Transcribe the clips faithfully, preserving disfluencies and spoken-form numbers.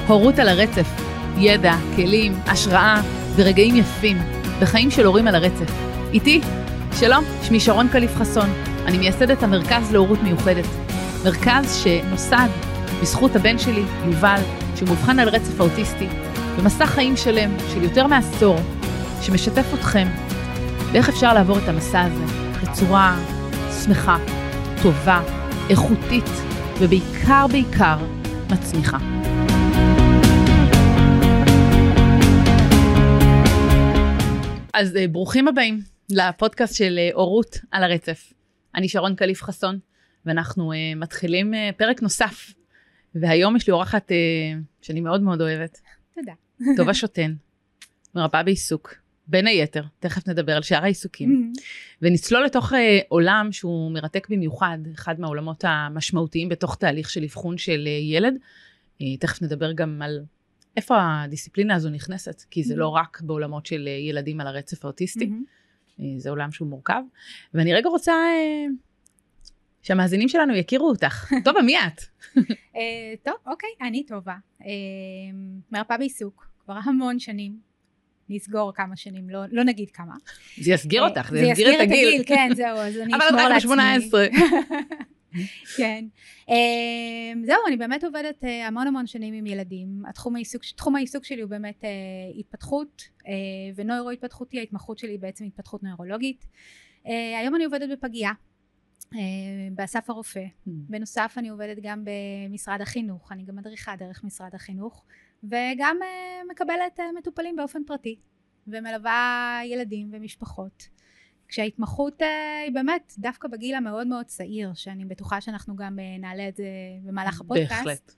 הורות על הרצף, ידע, כלים, השראה ורגעים יפים בחיים של הורים על הרצף. איתי, שלום, שמי שרון קליף חסון, אני מייסדת המרכז להורות מיוחדת. מרכז שנוסד בזכות הבן שלי, יובל, שהוא מובחן על רצף האוטיסטי, במסע חיים שלם של יותר מעשור, שמשתף אתכם באיך אפשר לעבור את המסע הזה בצורה שמחה, טובה, איכותית ובעיקר בעיקר מצמיחה. אז ברוכים הבאים לפודקאסט של הורות על הרצף. אני שרון קליף חסון, ואנחנו uh, מתחילים uh, פרק נוסף, והיום יש לי אורחת uh, שאני מאוד מאוד אוהבת. תודה. טובה שוטן, מרפאה בעיסוק, בין היתר, תכף נדבר על שאר העיסוקים, ונצלול לתוך uh, עולם שהוא מרתק במיוחד, אחד מהעולמות המשמעותיים בתוך תהליך של אבחון של uh, ילד, uh, תכף נדבר גם על איפה הדיסציפלינה הזו נכנסת, כי זה לא רק בעולמות של uh, ילדים על הרצף האוטיסטי, uh, זה עולם שהוא מורכב, ואני רגע רוצה uh, שהמאזינים שלנו יכירו אותך. טובה, מי את? טוב, אוקיי, אני טובה. מרפאה בעיסוק, כבר המון שנים. נסגור כמה שנים, לא נגיד כמה. זה יסגיר אותך, זה יסגיר את הגיל. כן, זהו, אז אני אשמור לעצמי. אבל רק ב-שמונה עשרה. כן. זהו, אני באמת עובדת המון המון שנים עם ילדים. תחום העיסוק שלי הוא באמת התפתחות, ונוירו-התפתחותי, ההתמחות שלי היא בעצם התפתחות נוירולוגית. היום אני עובדת בפגייה. באסף הרופא. בנוסף אני עובדת גם במשרד החינוך, אני גם מדריכה דרך משרד החינוך, וגם מקבלת מטופלים באופן פרטי, ומלווה ילדים ומשפחות. כשההתמחות היא באמת דווקא בגיל המאוד מאוד צעיר, שאני בטוחה שאנחנו גם נעלה את זה במהלך הפודקאסט. בהחלט.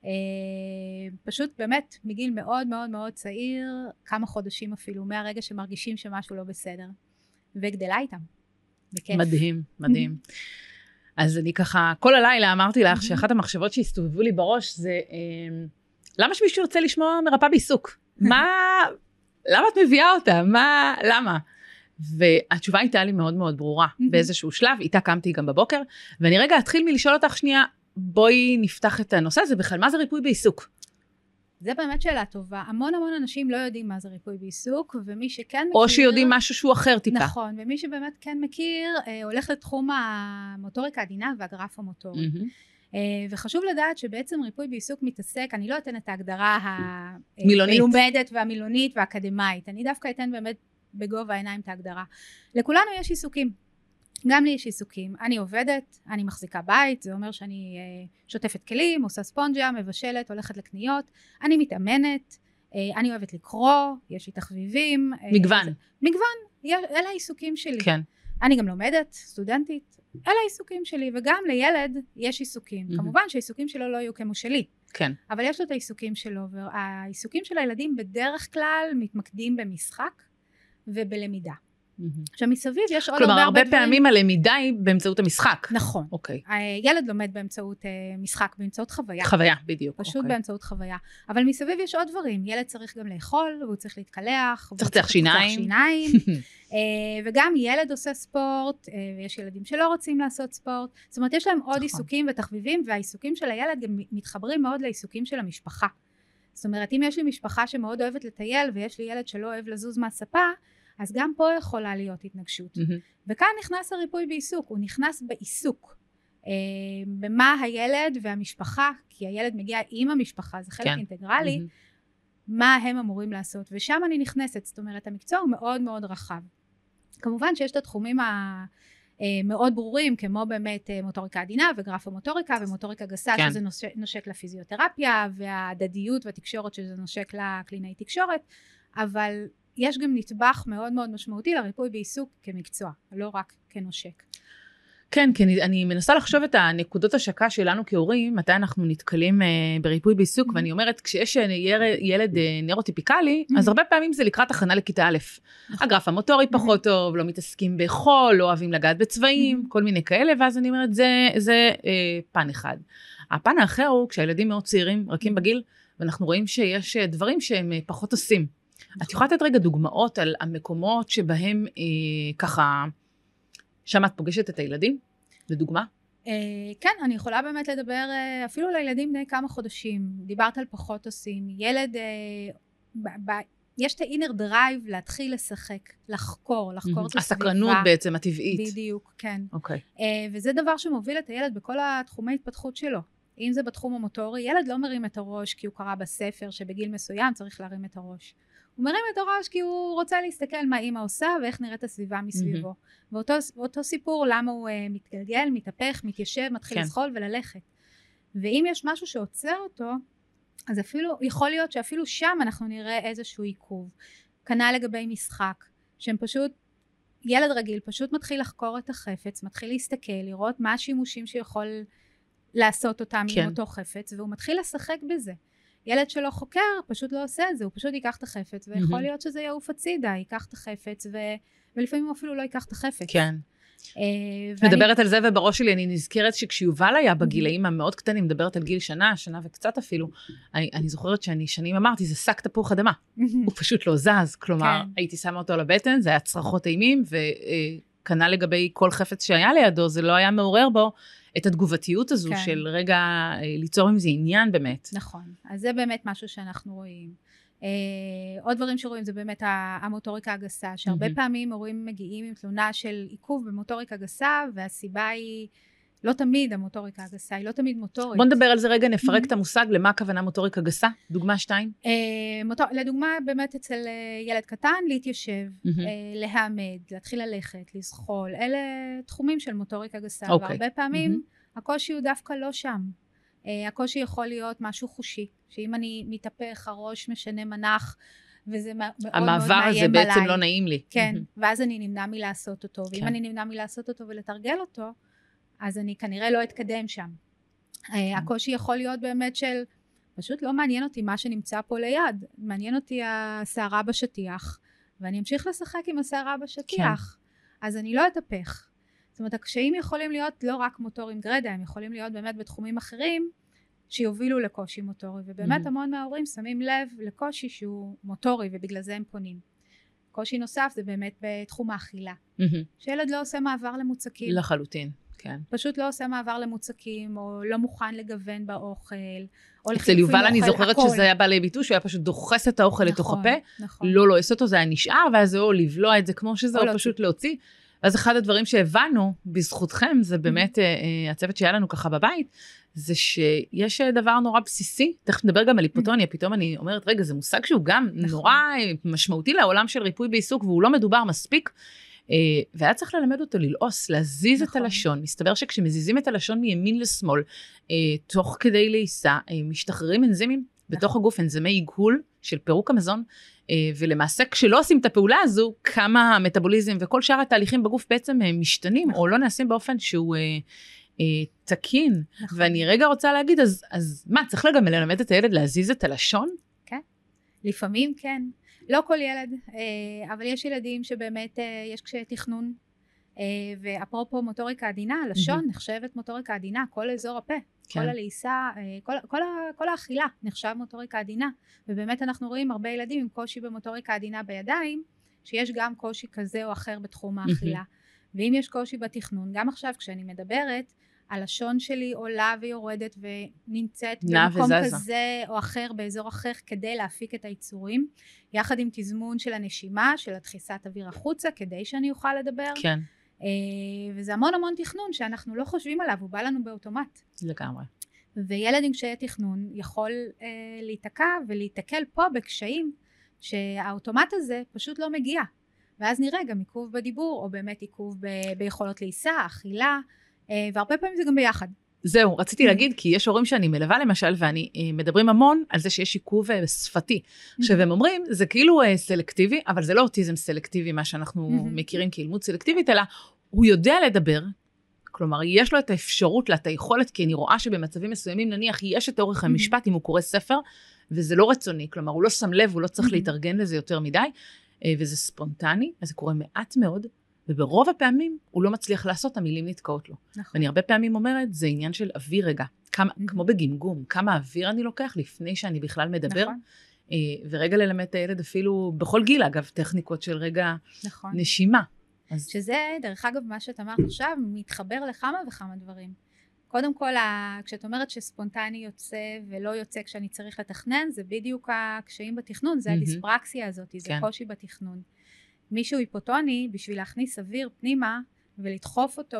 פשוט באמת מגיל מאוד מאוד מאוד צעיר, כמה חודשים אפילו, מהרגע שמרגישים שמשהו לא בסדר, וגדלה איתם. בכיף. מדהים, מדהים. אז אני ככה, כל הלילה אמרתי לך שאחת המחשבות שהסתובבו לי בראש זה, למה שמישהו ירצה לשמוע מרפאה בעיסוק? מה, למה את מביאה אותה? מה, למה? והתשובה הייתה לי מאוד מאוד ברורה, באיזשהו שלב, איתה קמתי גם בבוקר, ואני רגע אתחיל מלשאול אותך שנייה, בואי נפתח את הנושא הזה, בכלל מה זה ריפוי בעיסוק? זה באמת שאלה טובה. המון המון אנשים לא יודעים מה זה ריפוי בעיסוק, ומי שכן מכיר... או שיודעים משהו שהוא אחר טיפה. נכון, ומי שבאמת כן מכיר, אה, הולך לתחום המוטוריקה העדינה והגרף המוטורי. Mm-hmm. אה, וחשוב לדעת שבעצם ריפוי בעיסוק מתעסק, אני לא אתן את ההגדרה המלומדת והמילונית והאקדמית, אני דווקא אתן באמת בגובה העיניים את ההגדרה. לכולנו יש עיסוקים. גם לי יש עיסוקים, אני עובדת, אני מחזיקה בית, זה אומר שאני אה, שוטפת כלים, עושה ספונג'ה, מבשלת, הולכת לקניות, אני מתאמנת, אה, אני אוהבת לקרוא, יש לי תחביבים. מגוון. אה, מגוון, אלה העיסוקים שלי. כן. אני גם לומדת, סטודנטית, אלה העיסוקים שלי, וגם לילד יש עיסוקים. Mm-hmm. כמובן שהעיסוקים שלו לא יהיו כמו שלי. כן. אבל יש לו את העיסוקים שלו, והעיסוקים של הילדים בדרך כלל מתמקדים במשחק ובלמידה. עכשיו מסביב יש עוד הרבה כלומר, הרבה דברים. פעמים הלמידה היא באמצעות המשחק. נכון. אוקיי. הילד לומד באמצעות משחק, באמצעות חוויה. חוויה, בדיוק. פשוט באמצעות חוויה. אבל מסביב יש עוד דברים. ילד צריך גם לאכול, והוא צריך להתקלח. צריך לצח שיניים. וגם ילד עושה ספורט, ויש ילדים שלא רוצים לעשות ספורט. זאת אומרת, יש להם עוד עיסוקים ותחביבים, והעיסוקים של הילד גם מתחברים מאוד לעיסוקים של המשפחה. זאת אומרת, אם יש לי משפחה שמאוד אוהבת לטייל, ויש לי ילד שלא אוהב לזוז מהספה, אז גם פה יכולה להיות התנגשות. Mm-hmm. וכאן נכנס הריפוי בעיסוק, הוא נכנס בעיסוק. אה, במה הילד והמשפחה, כי הילד מגיע עם המשפחה, זה חלק כן. אינטגרלי, mm-hmm. מה הם אמורים לעשות. ושם אני נכנסת, זאת אומרת, המקצוע הוא מאוד מאוד רחב. כמובן שיש את התחומים המאוד ברורים, כמו באמת מוטוריקה עדינה וגרף המוטוריקה ומוטוריקה גסה, כן. שזה נושק, נושק לפיזיותרפיה, וההדדיות והתקשורת, שזה נושק לקלינאי תקשורת, אבל יש גם נטבח מאוד מאוד משמעותי לריפוי בעיסוק כמקצוע, לא רק כנושק. כן, כי אני, אני מנסה לחשוב את הנקודות השקה שלנו כהורים, מתי אנחנו נתקלים uh, בריפוי בעיסוק, mm-hmm. ואני אומרת, כשיש ילד, ילד uh, נוירוטיפיקלי, mm-hmm. אז הרבה פעמים זה לקראת הכנה לכיתה א'. Mm-hmm. הגרף המוטורי פחות mm-hmm. טוב, לא מתעסקים בחול, לא אוהבים לגעת בצבעים, mm-hmm. כל מיני כאלה, ואז אני אומרת, זה, זה uh, פן אחד. הפן האחר הוא, כשהילדים מאוד צעירים, רכים mm-hmm. בגיל, ואנחנו רואים שיש uh, דברים שהם uh, פחות עושים. את יכולה לתת רגע דוגמאות על המקומות שבהם אה, ככה, שם את פוגשת את הילדים? לדוגמה? כן, אני יכולה באמת לדבר אפילו לילדים בני כמה חודשים. דיברת על פחות עושים. ילד, יש את האינר דרייב להתחיל לשחק, לחקור, לחקור את הסביבה. הסקרנות בעצם הטבעית. בדיוק, כן. אוקיי. וזה דבר שמוביל את הילד בכל התחומי התפתחות שלו. אם זה בתחום המוטורי, ילד לא מרים את הראש כי הוא קרא בספר שבגיל מסוים צריך להרים את הראש. הוא מרים את הראש כי הוא רוצה להסתכל מה אמא עושה ואיך נראית הסביבה מסביבו. Mm-hmm. ואותו, ואותו סיפור למה הוא uh, מתגלגל, מתהפך, מתיישב, מתחיל כן. לזחול וללכת. ואם יש משהו שעוצר אותו, אז אפילו, יכול להיות שאפילו שם אנחנו נראה איזשהו עיכוב. כנ"ל לגבי משחק, שהם פשוט, ילד רגיל פשוט מתחיל לחקור את החפץ, מתחיל להסתכל, לראות מה השימושים שיכול לעשות אותם כן. עם אותו חפץ, והוא מתחיל לשחק בזה. ילד שלא חוקר פשוט לא עושה את זה, הוא פשוט ייקח את החפץ, ויכול להיות שזה יעוף הצידה, ייקח את החפץ, ו... ולפעמים הוא אפילו לא ייקח את החפץ. כן. מדברת על זה, ובראש שלי אני נזכרת שכשיובל היה בגילאים המאוד קטנים, מדברת על גיל שנה, שנה וקצת אפילו, אני, אני זוכרת שאני שנים אמרתי, זה שק תפוח אדמה, הוא פשוט לא זז, כלומר, הייתי שמה אותו על הבטן, זה היה צרחות אימים, וכנ"ל לגבי כל חפץ שהיה לידו, זה לא היה מעורר בו, את התגובתיות הזו כן. של רגע ליצור עם זה עניין באמת. נכון, אז זה באמת משהו שאנחנו רואים. אה, עוד דברים שרואים זה באמת המוטוריקה הגסה, שהרבה mm-hmm. פעמים הורים מגיעים עם תלונה של עיכוב במוטוריקה גסה, והסיבה היא לא תמיד המוטוריקה הגסה, היא לא תמיד מוטורית. בוא נדבר על זה רגע, נפרק mm-hmm. את המושג, למה הכוונה מוטוריקה גסה? דוגמה שתיים? אה, מוטור... לדוגמה באמת אצל ילד קטן, להתיישב, mm-hmm. אה, להעמד, להתחיל ללכת, לזחול, אלה תחומים של מוטוריקה גסה, okay. והרבה פעמים mm-hmm. הקושי הוא דווקא לא שם. Uh, הקושי יכול להיות משהו חושי, שאם אני מתהפך, הראש משנה מנח, וזה מאוד מאוד מאיים עליי. המעבר הזה בעצם לא נעים לי. כן, ואז אני נמנע מלעשות אותו, ואם כן. אני נמנע מלעשות אותו ולתרגל אותו, אז אני כנראה לא אתקדם שם. Uh, הקושי יכול להיות באמת של, פשוט לא מעניין אותי מה שנמצא פה ליד, מעניין אותי השערה בשטיח, ואני אמשיך לשחק עם השערה בשטיח, כן. אז אני לא אתהפך. זאת אומרת, הקשיים יכולים להיות לא רק מוטוריים גרדה, הם יכולים להיות באמת בתחומים אחרים שיובילו לקושי מוטורי, ובאמת mm-hmm. המון מההורים שמים לב לקושי שהוא מוטורי, ובגלל זה הם פונים. קושי נוסף זה באמת בתחום האכילה. Mm-hmm. שילד לא עושה מעבר למוצקים. לחלוטין, כן. פשוט לא עושה מעבר למוצקים, או לא מוכן לגוון באוכל, או אצל יובל אני זוכרת הכל. שזה היה בא לביטוי, שהוא היה פשוט דוחס את האוכל נכון, לתוך הפה, נכון. לא לועס אותו, זה היה נשאר, ואז זה או לבלוע את זה כמו שזה, או, או פשוט להוציא. אז אחד הדברים שהבנו בזכותכם, זה באמת mm-hmm. הצוות שהיה לנו ככה בבית, זה שיש דבר נורא בסיסי, תכף נדבר גם על היפוטוניה, mm-hmm. פתאום אני אומרת, רגע, זה מושג שהוא גם נכון. נורא משמעותי לעולם של ריפוי בעיסוק, והוא לא מדובר מספיק, והיה צריך ללמד אותו ללעוס, להזיז נכון. את הלשון, מסתבר שכשמזיזים את הלשון מימין לשמאל, תוך כדי לעיסה, משתחררים אנזימים, נכון. בתוך הגוף אנזימי עיגול של פירוק המזון, ולמעשה כשלא עושים את הפעולה הזו, כמה המטאבוליזם וכל שאר התהליכים בגוף בעצם משתנים, נכון. או לא נעשים באופן שהוא אה, אה, תקין. נכון. ואני רגע רוצה להגיד, אז, אז מה, צריך גם ללמד את הילד להזיז את הלשון? כן, לפעמים כן. לא כל ילד, אה, אבל יש ילדים שבאמת אה, יש קשיי תכנון, אה, ואפרופו מוטוריקה עדינה, הלשון mm-hmm. נחשבת מוטוריקה עדינה, כל אזור הפה. כן. כל הלעיסה, כל, כל, כל האכילה נחשב מוטוריקה עדינה, ובאמת אנחנו רואים הרבה ילדים עם קושי במוטוריקה עדינה בידיים, שיש גם קושי כזה או אחר בתחום האכילה, ואם יש קושי בתכנון, גם עכשיו כשאני מדברת, הלשון שלי עולה ויורדת ונמצאת במקום וזזה. כזה או אחר, באזור אחר, כדי להפיק את היצורים, יחד עם תזמון של הנשימה, של הדחיסת אוויר החוצה, כדי שאני אוכל לדבר. כן. וזה המון המון תכנון שאנחנו לא חושבים עליו, הוא בא לנו באוטומט. לגמרי. וילד עם קשיי תכנון יכול אה, להתקע ולהתקל פה בקשיים שהאוטומט הזה פשוט לא מגיע. ואז נראה גם עיכוב בדיבור, או באמת עיכוב ב- ביכולות לעיסה, אכילה, אה, והרבה פעמים זה גם ביחד. זהו, רציתי להגיד, כי יש הורים שאני מלווה למשל, ואני אה, מדברים המון על זה שיש עיכוב אה, שפתי. עכשיו הם אומרים, זה כאילו אה, סלקטיבי, אבל זה לא אוטיזם סלקטיבי, מה שאנחנו מכירים כאילמות סלקטיבית, אלא הוא יודע לדבר, כלומר, יש לו את האפשרות, את היכולת, כי אני רואה שבמצבים מסוימים, נניח, יש את אורך המשפט, אם הוא קורא ספר, וזה לא רצוני, כלומר, הוא לא שם לב, הוא לא צריך להתארגן לזה יותר מדי, וזה ספונטני, אז זה קורה מעט מאוד, וברוב הפעמים הוא לא מצליח לעשות, המילים נתקעות לו. נכון. ואני הרבה פעמים אומרת, זה עניין של אוויר רגע, כמה, כמו בגמגום, כמה אוויר אני לוקח לפני שאני בכלל מדבר, נכון. ורגע ללמד את הילד אפילו, בכל גיל אגב, טכניקות של רגע נכון. נשימה. אז... שזה, דרך אגב, מה שאת אמרת עכשיו, מתחבר לכמה וכמה דברים. קודם כל, כשאת אומרת שספונטני יוצא ולא יוצא כשאני צריך לתכנן, זה בדיוק הקשיים בתכנון, זה הדיספרקסיה הזאת, זה קושי בתכנון. מישהו היפוטוני, בשביל להכניס אוויר פנימה, ולדחוף אותו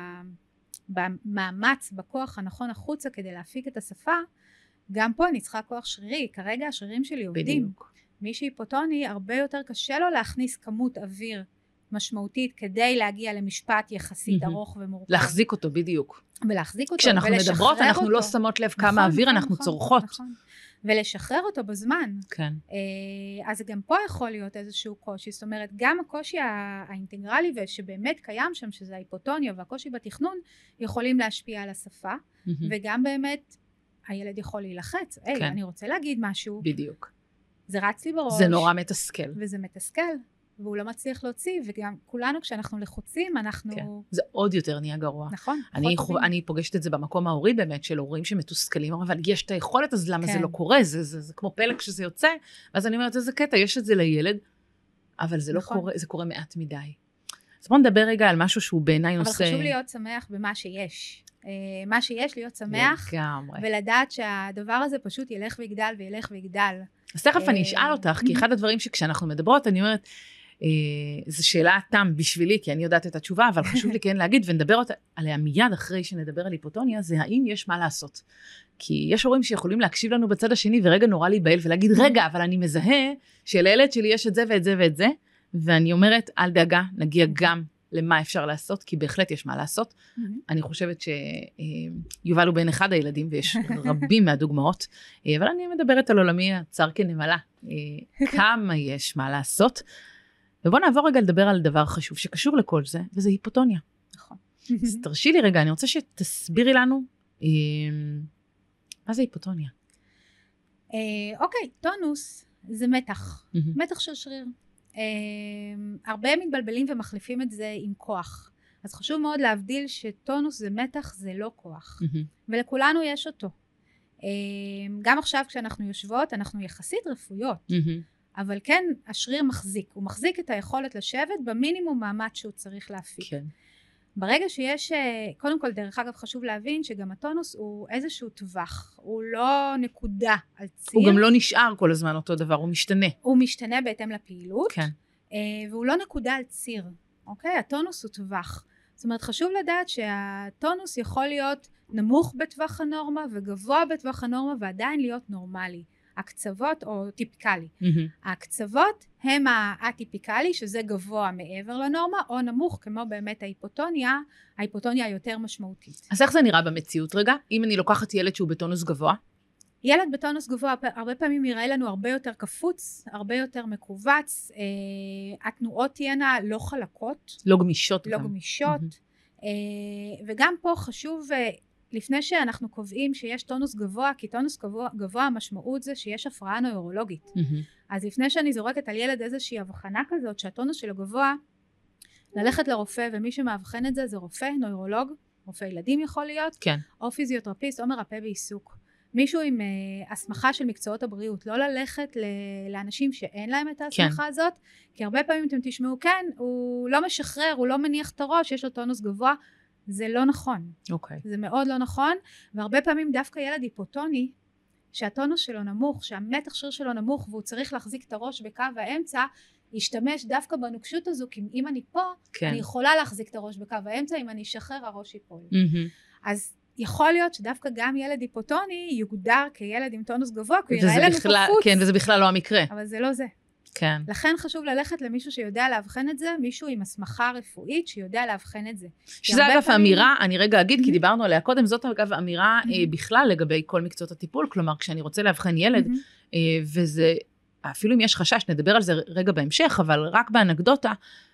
במאמץ, בכוח הנכון החוצה, כדי להפיק את השפה, גם פה אני צריכה כוח שרירי, כרגע השרירים שלי עובדים. בדיוק. מי שהיפוטוני, הרבה יותר קשה לו להכניס כמות אוויר משמעותית, כדי להגיע למשפט יחסית ארוך ומורכב. להחזיק אותו, בדיוק. ולהחזיק אותו, כשאנחנו מדברות, אנחנו לא שמות לב כמה אוויר, אנחנו צורכות. ולשחרר אותו בזמן. כן. אז גם פה יכול להיות איזשהו קושי, זאת אומרת, גם הקושי האינטגרלי, ושבאמת קיים שם, שזה ההיפוטוניה, והקושי בתכנון, יכולים להשפיע על השפה, וגם באמת, הילד יכול להילחץ. היי, אני רוצה להגיד משהו. בדיוק. זה רץ לי בראש. זה נורא מתסכל. וזה מתסכל. והוא לא מצליח להוציא, וגם כולנו כשאנחנו לחוצים, אנחנו... כן, זה עוד יותר נהיה גרוע. נכון. אני, חו... אני פוגשת את זה במקום ההורי באמת, של הורים שמתוסכלים, אבל יש את היכולת, אז למה כן. זה לא קורה? זה, זה, זה כמו פלג שזה יוצא, אז אני אומרת, איזה קטע, יש את זה לילד, אבל זה נכון. לא קורה, זה קורה מעט מדי. אז בואו נדבר רגע על משהו שהוא בעיניי נושא... אבל חשוב להיות שמח במה שיש. מה שיש, להיות שמח, לגמרי. ולדעת שהדבר הזה פשוט ילך ויגדל, וילך ויגדל. אז תכף אני אשאל אותך, כי אחד הדברים שכשאנחנו מדברות, אני אומרת, זו שאלה תם בשבילי, כי אני יודעת את התשובה, אבל חשוב לי כן להגיד, ונדבר עליה מיד אחרי שנדבר על היפוטוניה, זה האם יש מה לעשות. כי יש הורים שיכולים להקשיב לנו בצד השני, ורגע נורא להיבהל, ולהגיד, רגע, אבל אני מזהה שלילד שלי יש את זה ואת זה ואת זה, ואני אומרת, אל דאגה, נגיע גם למה אפשר לעשות, כי בהחלט יש מה לעשות. אני חושבת שיובל הוא בין אחד הילדים, ויש רבים מהדוגמאות, אבל אני מדברת על עולמי הצר כנמלה, כמה יש מה לעשות. ובוא נעבור רגע לדבר על דבר חשוב שקשור לכל זה, וזה היפוטוניה. נכון. אז תרשי לי רגע, אני רוצה שתסבירי לנו, מה זה היפוטוניה? אוקיי, טונוס זה מתח, מתח של שריר. הרבה מתבלבלים ומחליפים את זה עם כוח. אז חשוב מאוד להבדיל שטונוס זה מתח, זה לא כוח. ולכולנו יש אותו. גם עכשיו כשאנחנו יושבות, אנחנו יחסית רפויות. אבל כן, השריר מחזיק. הוא מחזיק את היכולת לשבת במינימום מאמץ שהוא צריך להפיק. כן. ברגע שיש, קודם כל דרך אגב חשוב להבין שגם הטונוס הוא איזשהו טווח. הוא לא נקודה על ציר. הוא גם לא נשאר כל הזמן אותו דבר, הוא משתנה. הוא משתנה בהתאם לפעילות. כן. והוא לא נקודה על ציר. אוקיי? הטונוס הוא טווח. זאת אומרת, חשוב לדעת שהטונוס יכול להיות נמוך בטווח הנורמה וגבוה בטווח הנורמה ועדיין להיות נורמלי. הקצוות או טיפיקלי. Mm-hmm. הקצוות הם הטיפיקלי, שזה גבוה מעבר לנורמה, או נמוך, כמו באמת ההיפוטוניה, ההיפוטוניה היותר משמעותית. אז איך זה נראה במציאות רגע? אם אני לוקחת ילד שהוא בטונוס גבוה? ילד בטונוס גבוה, הרבה פעמים יראה לנו הרבה יותר קפוץ, הרבה יותר מקובץ, אה, התנועות תהיינה לא חלקות. לא גמישות. לא גם. גמישות. Mm-hmm. אה, וגם פה חשוב... לפני שאנחנו קובעים שיש טונוס גבוה, כי טונוס גבוה, גבוה המשמעות זה שיש הפרעה נוירולוגית. Mm-hmm. אז לפני שאני זורקת על ילד איזושהי הבחנה כזאת, שהטונוס שלו גבוה, ללכת לרופא, ומי שמאבחן את זה זה רופא, נוירולוג, רופא ילדים יכול להיות, כן. או פיזיותרפיסט, או מרפא בעיסוק. מישהו עם uh, הסמכה של מקצועות הבריאות, לא ללכת ל- לאנשים שאין להם את ההסמכה כן. הזאת, כי הרבה פעמים אתם תשמעו, כן, הוא לא משחרר, הוא לא מניח את הראש, יש לו טונוס גבוה, זה לא נכון. אוקיי. זה מאוד לא נכון, והרבה פעמים דווקא ילד היפוטוני, שהטונוס שלו נמוך, שהמתח שריר שלו נמוך, והוא צריך להחזיק את הראש בקו האמצע, ישתמש דווקא בנוקשות הזו, כי אם אני פה, כן. אני יכולה להחזיק את הראש בקו האמצע, אם אני אשחרר הראש ייפול. Mm-hmm. אז יכול להיות שדווקא גם ילד היפוטוני יוגדר כילד עם טונוס גבוה, כי הוא יראה לנו בכלל, קפוץ. כן, וזה בכלל לא המקרה. אבל זה לא זה. כן. לכן חשוב ללכת למישהו שיודע להבחן את זה, מישהו עם הסמכה רפואית שיודע להבחן את זה. שזה אגב פעמים... האמירה, אני רגע אגיד, mm-hmm. כי דיברנו עליה קודם, זאת אגב אמירה mm-hmm. אה, בכלל לגבי כל מקצועות הטיפול, כלומר, כשאני רוצה להבחן ילד, mm-hmm. אה, וזה, אפילו אם יש חשש, נדבר על זה רגע בהמשך, אבל רק באנקדוטה,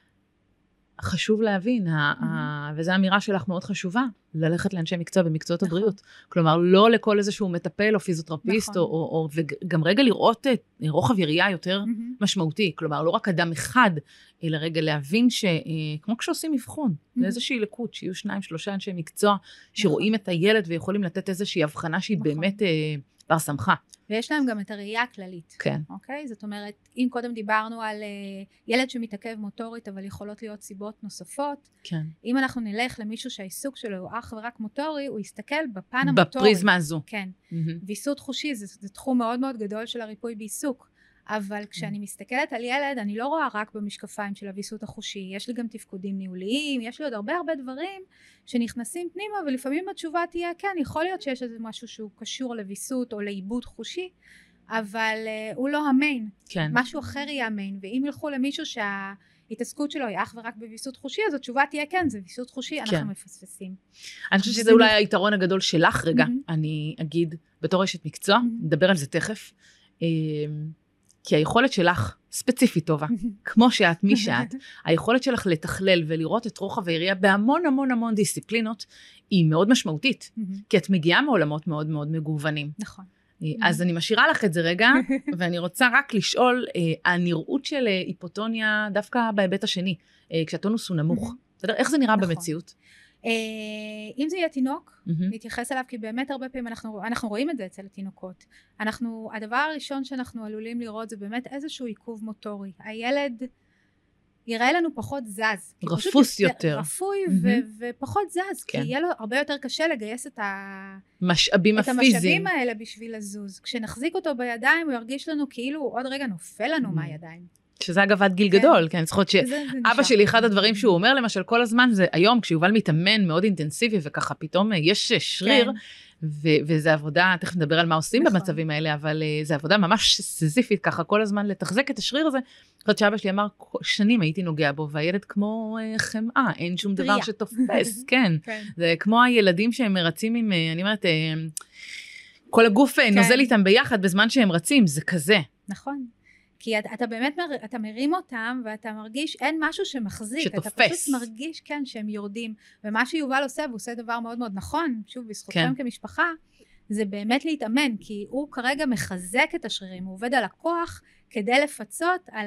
חשוב להבין, mm-hmm. ה- וזו האמירה שלך מאוד חשובה, ללכת לאנשי מקצוע במקצועות נכון. הבריאות. כלומר, לא לכל איזשהו מטפל או פיזיותרפיסט, נכון. או, או, או, וגם רגע לראות את רוחב יריעה יותר mm-hmm. משמעותי. כלומר, לא רק אדם אחד, אלא רגע להבין שכמו כשעושים מבחון, mm-hmm. לאיזושהי לקות, שיהיו שניים, שלושה אנשי מקצוע, שרואים נכון. את הילד ויכולים לתת איזושהי הבחנה שהיא נכון. באמת אה, בר שמחה. ויש להם גם את הראייה הכללית. כן. אוקיי? זאת אומרת, אם קודם דיברנו על uh, ילד שמתעכב מוטורית, אבל יכולות להיות סיבות נוספות, כן. אם אנחנו נלך למישהו שהעיסוק שלו הוא אך ורק מוטורי, הוא יסתכל בפן המוטורי. בפריזמה הזו. כן. Mm-hmm. ויסות חושי, זה, זה תחום מאוד מאוד גדול של הריפוי בעיסוק. אבל כשאני מסתכלת על ילד, אני לא רואה רק במשקפיים של הוויסות החושי, יש לי גם תפקודים ניהוליים, יש לי עוד הרבה הרבה דברים שנכנסים פנימה, ולפעמים התשובה תהיה, כן, יכול להיות שיש איזה משהו שהוא קשור לוויסות או לאיבוד חושי, אבל uh, הוא לא המיין, כן. משהו אחר יהיה המיין, ואם ילכו למישהו שההתעסקות שלו היא אך ורק בוויסות חושי, אז התשובה תהיה כן, זה ויסות חושי, כן. אנחנו מפספסים. אני חושבת שזה אולי היתרון הגדול שלך רגע, mm-hmm. אני אגיד, בתור אשת מקצוע, Mm-hmm. נדבר על זה תכף, כי היכולת שלך ספציפית טובה, כמו שאת, מי שאת, היכולת שלך לתכלל ולראות את רוחב העירייה בהמון המון המון דיסציפלינות, היא מאוד משמעותית, כי את מגיעה מעולמות מאוד מאוד מגוונים. נכון. אז אני משאירה לך את זה רגע, ואני רוצה רק לשאול, הנראות של היפוטוניה דווקא בהיבט השני, כשהטונוס הוא נמוך. איך זה נראה במציאות? אם זה יהיה תינוק, נתייחס אליו, כי באמת הרבה פעמים אנחנו, אנחנו רואים את זה אצל התינוקות. אנחנו, הדבר הראשון שאנחנו עלולים לראות זה באמת איזשהו עיכוב מוטורי. הילד יראה לנו פחות זז. רפוס יותר. רפוי ופחות זז, כי יהיה לו הרבה יותר קשה לגייס את המשאבים הפיזיים. את המשאבים האלה בשביל לזוז. כשנחזיק אותו בידיים, הוא ירגיש לנו כאילו עוד רגע נופל לנו מהידיים. שזה אגב עד גיל גדול, כן, צריכות שאבא שלי, אחד הדברים שהוא אומר למשל כל הזמן, זה היום כשיובל מתאמן מאוד אינטנסיבי, וככה פתאום יש שריר, וזה עבודה, תכף נדבר על מה עושים במצבים האלה, אבל זה עבודה ממש סזיפית, ככה כל הזמן לתחזק את השריר הזה, אחת שאבא שלי אמר, שנים הייתי נוגע בו, והילד כמו חמאה, אין שום דבר שתופס, כן, זה כמו הילדים שהם מרצים עם, אני אומרת, כל הגוף נוזל איתם ביחד, בזמן שהם רצים, זה כזה. נכון. כי אתה, אתה באמת, אתה מרים אותם, ואתה מרגיש, אין משהו שמחזיק. שתופס. אתה פשוט מרגיש, כן, שהם יורדים. ומה שיובל עושה, והוא עושה דבר מאוד מאוד נכון, שוב, בזכותכם כן. כמשפחה, זה באמת להתאמן, כי הוא כרגע מחזק את השרירים, הוא עובד על הכוח, כדי לפצות על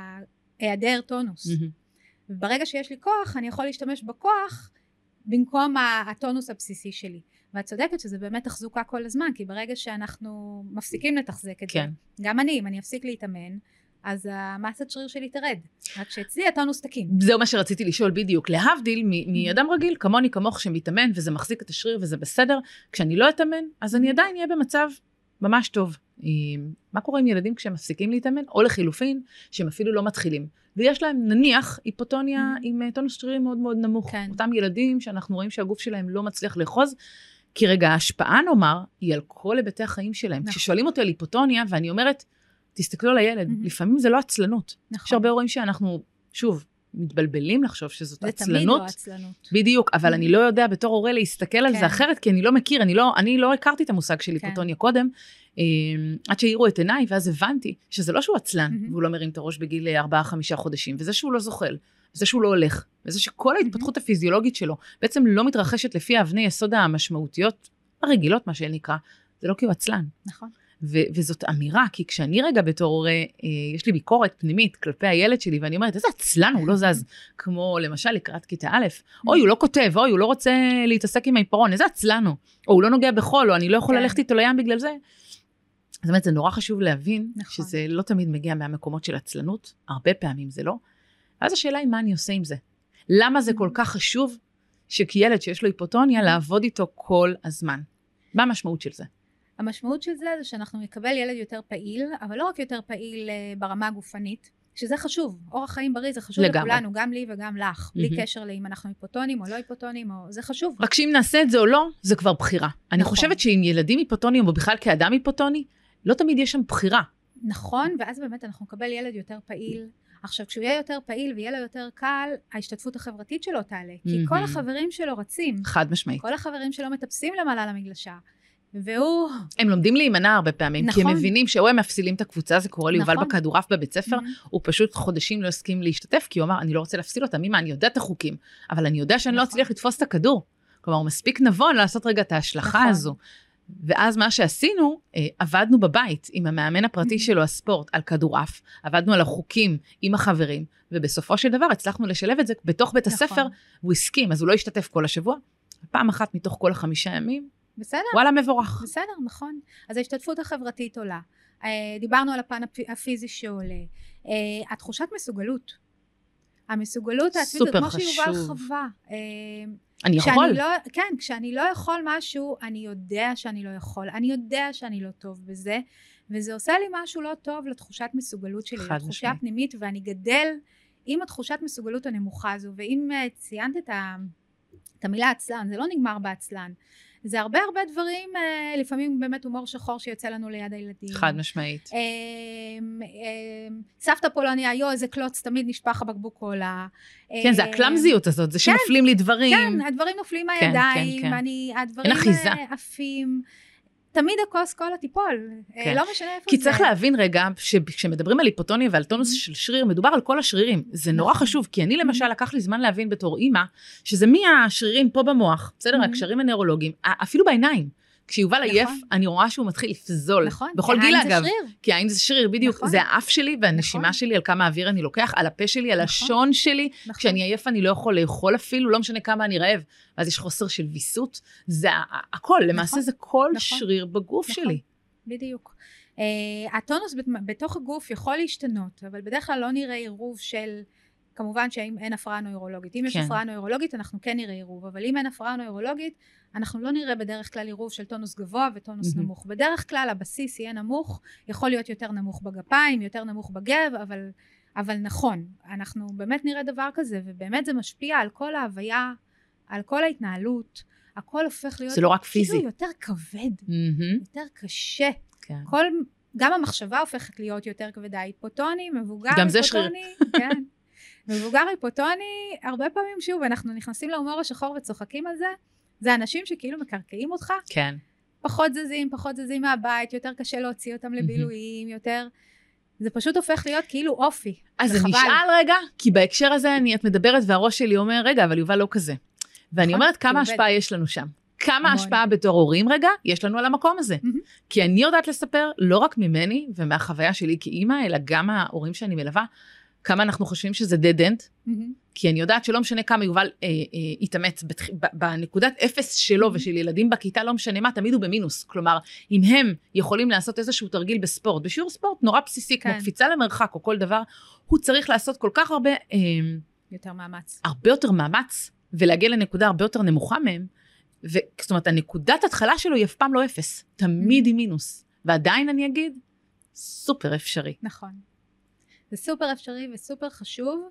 היעדר טונוס. Mm-hmm. וברגע שיש לי כוח, אני יכול להשתמש בכוח, במקום הטונוס הבסיסי שלי. ואת צודקת שזה באמת תחזוקה כל הזמן, כי ברגע שאנחנו מפסיקים לתחזק את כן. זה, גם אני, אם אני אפסיק להתאמן, אז המסת שריר שלי תרד. רק שאצלי הטונוס תקין. זהו מה שרציתי לשאול בדיוק, להבדיל מאדם רגיל, כמוני כמוך שמתאמן, וזה מחזיק את השריר וזה בסדר, כשאני לא אתאמן, אז אני עדיין אהיה במצב ממש טוב. מה קורה עם ילדים כשהם מפסיקים להתאמן, או לחילופין, שהם אפילו לא מתחילים. ויש להם נניח היפוטוניה עם טונוס שרירים מאוד מאוד נמוך. כן. אותם ילדים שאנחנו רואים שהגוף שלהם לא מצליח לאחוז, כי רגע, ההשפעה נאמר, היא על כל היבטי החיים שלהם. נכון. כששואלים אותי על היפוטוניה, ואני אומרת, תסתכלו על הילד, mm-hmm. לפעמים זה לא עצלנות. נכון. יש הרבה הורים שאנחנו, שוב, מתבלבלים לחשוב שזאת זה עצלנות. זה תמיד לא עצלנות. בדיוק, אבל mm-hmm. אני לא יודע בתור הורה להסתכל על כן. זה אחרת, כי אני לא מכיר, אני לא, אני לא הכרתי את המושג של היפוטוניה כן. קודם, עד שהעירו את עיניי, ואז הבנתי שזה לא שהוא עצלן, mm-hmm. והוא לא מרים את הראש בגיל ארבעה, חמישה חודשים, וזה שהוא לא זוחל. וזה שהוא לא הולך, וזה שכל ההתפתחות הפיזיולוגית שלו בעצם לא מתרחשת לפי האבני יסוד המשמעותיות הרגילות, מה שנקרא, זה לא כי הוא עצלן. נכון. ו- וזאת אמירה, כי כשאני רגע בתור הורה, אה, יש לי ביקורת פנימית כלפי הילד שלי, ואני אומרת, איזה עצלן, הוא לא זז, כמו למשל לקראת כיתה א', אוי, הוא לא כותב, אוי, הוא לא רוצה להתעסק עם העיפרון, איזה עצלן הוא, או הוא לא נוגע בחול, או אני לא יכול כן. ללכת איתו לים בגלל זה. זאת אומרת, זה נורא חשוב להבין, נכון. שזה לא תמיד מגיע מהמקומות של עצלנות, הרבה פעמים זה לא. ואז השאלה היא מה אני עושה עם זה. למה זה כל כך חשוב שכילד שיש לו היפוטוניה, לעבוד איתו כל הזמן? מה המשמעות של זה? המשמעות של זה זה שאנחנו נקבל ילד יותר פעיל, אבל לא רק יותר פעיל ברמה הגופנית, שזה חשוב. אורח חיים בריא זה חשוב לגמרי. לכולנו, גם לי וגם לך, בלי mm-hmm. קשר לאם אנחנו היפוטונים או לא היפוטונים, או... זה חשוב. רק שאם נעשה את זה או לא, זה כבר בחירה. נכון. אני חושבת שאם ילדים היפוטונים, או בכלל כאדם היפוטוני, לא תמיד יש שם בחירה. נכון, ואז באמת אנחנו נקבל ילד יותר פעיל. עכשיו, כשהוא יהיה יותר פעיל ויהיה לו יותר קל, ההשתתפות החברתית שלו תעלה. כי כל החברים שלו רצים. חד משמעית. כל החברים שלו מטפסים למעלה למגלשה. והוא... הם לומדים להימנע הרבה פעמים, נכון. כי הם מבינים שאו הם מפסילים את הקבוצה, זה קורה לי יובל נכון. בכדורף בבית ספר, mm-hmm. הוא פשוט חודשים לא הסכים להשתתף, כי הוא אמר, אני לא רוצה להפסיל אותם, אמא, אני יודע את החוקים, אבל אני יודע שאני נכון. לא אצליח לתפוס את הכדור. כלומר, הוא מספיק נבון לעשות רגע את ההשלכה נכון. הזו. ואז מה שעשינו, עבדנו בבית עם המאמן הפרטי שלו, הספורט, על כדורעף, עבדנו על החוקים עם החברים, ובסופו של דבר הצלחנו לשלב את זה בתוך בית הספר, והוא הסכים, אז הוא לא השתתף כל השבוע, פעם אחת מתוך כל החמישה ימים, בסדר. וואלה, מבורך. בסדר, נכון. אז ההשתתפות החברתית עולה. דיברנו על הפן הפיזי שעולה. התחושת מסוגלות. המסוגלות העצמית, כמו שיובל חווה. אני יכול. לא, כן, כשאני לא יכול משהו, אני יודע שאני לא יכול. אני יודע שאני לא טוב בזה, וזה עושה לי משהו לא טוב לתחושת מסוגלות שלי, לתחושה הפנימית, ואני גדל עם התחושת מסוגלות הנמוכה הזו, ואם ציינת את, ה, את המילה עצלן, זה לא נגמר בעצלן. זה הרבה הרבה דברים, לפעמים באמת הומור שחור שיוצא לנו ליד הילדים. חד משמעית. סבתא פולניה, יו, איזה קלוץ, תמיד נשפח הבקבוק קולה. כן, זה הקלמזיות הזאת, זה שנופלים לי דברים. כן, הדברים נופלים מהידיים, הדברים עפים. תמיד הכוס כל הטיפול, לא משנה איפה זה. כי צריך להבין רגע, שכשמדברים על היפוטוניה ועל טונוס של שריר, מדובר על כל השרירים. זה נורא חשוב, כי אני למשל לקח לי זמן להבין בתור אימא, שזה מי השרירים פה במוח, בסדר, הקשרים הנוירולוגיים, אפילו בעיניים. כשיובל עייף, אני רואה שהוא מתחיל לפזול. נכון, בכל גיל אגב. שריר. כי העין זה שריר, בדיוק. זה האף שלי והנשימה שלי, על כמה אוויר אני לוקח, על הפה שלי, על השון שלי. כשאני עייף אני לא יכול לאכול אפילו, לא משנה כמה אני רעב. אז יש חוסר של ויסות. זה הכל, למעשה זה כל שריר בגוף שלי. בדיוק. הטונוס בתוך הגוף יכול להשתנות, אבל בדרך כלל לא נראה עירוב של... כמובן שאם אין הפרעה נוירולוגית. אם יש הפרעה נוירולוגית, אנחנו כן נראה עירוב, אבל אם אין הפרעה נוירולוגית, אנחנו לא נראה בדרך כלל עירוב של טונוס גבוה וטונוס mm-hmm. נמוך. בדרך כלל הבסיס יהיה נמוך, יכול להיות יותר נמוך בגפיים, יותר נמוך בגב, אבל, אבל נכון, אנחנו באמת נראה דבר כזה, ובאמת זה משפיע על כל ההוויה, על כל ההתנהלות, הכל הופך להיות... זה לא רק פיזי. כאילו יותר כבד, mm-hmm. יותר קשה. כן. כל, גם המחשבה הופכת להיות יותר כבדה, היפוטוני, מבוגר גם זה היפוטוני, כן. מבוגר היפוטוני, הרבה פעמים שוב, אנחנו נכנסים להומור השחור וצוחקים על זה, זה אנשים שכאילו מקרקעים אותך, כן. פחות זזים, פחות זזים מהבית, יותר קשה להוציא אותם לבילויים, יותר, זה פשוט הופך להיות כאילו אופי. אז זה נשאל רגע, כי בהקשר הזה אני, את מדברת והראש שלי אומר, רגע, אבל יובל לא כזה. ואני אומרת, כמה השפעה יש לנו שם? כמה השפעה בתור הורים רגע, יש לנו על המקום הזה. כי אני יודעת לספר, לא רק ממני ומהחוויה שלי כאימא, אלא גם ההורים שאני מלווה, כמה אנחנו חושבים שזה dead end, mm-hmm. כי אני יודעת שלא משנה כמה יובל אה, אה, יתאמץ בתח... בנקודת אפס שלו mm-hmm. ושל ילדים בכיתה, לא משנה מה, תמיד הוא במינוס. כלומר, אם הם יכולים לעשות איזשהו תרגיל בספורט, בשיעור ספורט נורא בסיסי, כן. כמו קפיצה למרחק או כל דבר, הוא צריך לעשות כל כך הרבה... אה, יותר מאמץ. הרבה יותר מאמץ, ולהגיע לנקודה הרבה יותר נמוכה מהם, ו... זאת אומרת, הנקודת התחלה שלו היא אף פעם לא אפס, תמיד mm-hmm. היא מינוס. ועדיין אני אגיד, סופר אפשרי. נכון. זה סופר אפשרי וסופר חשוב,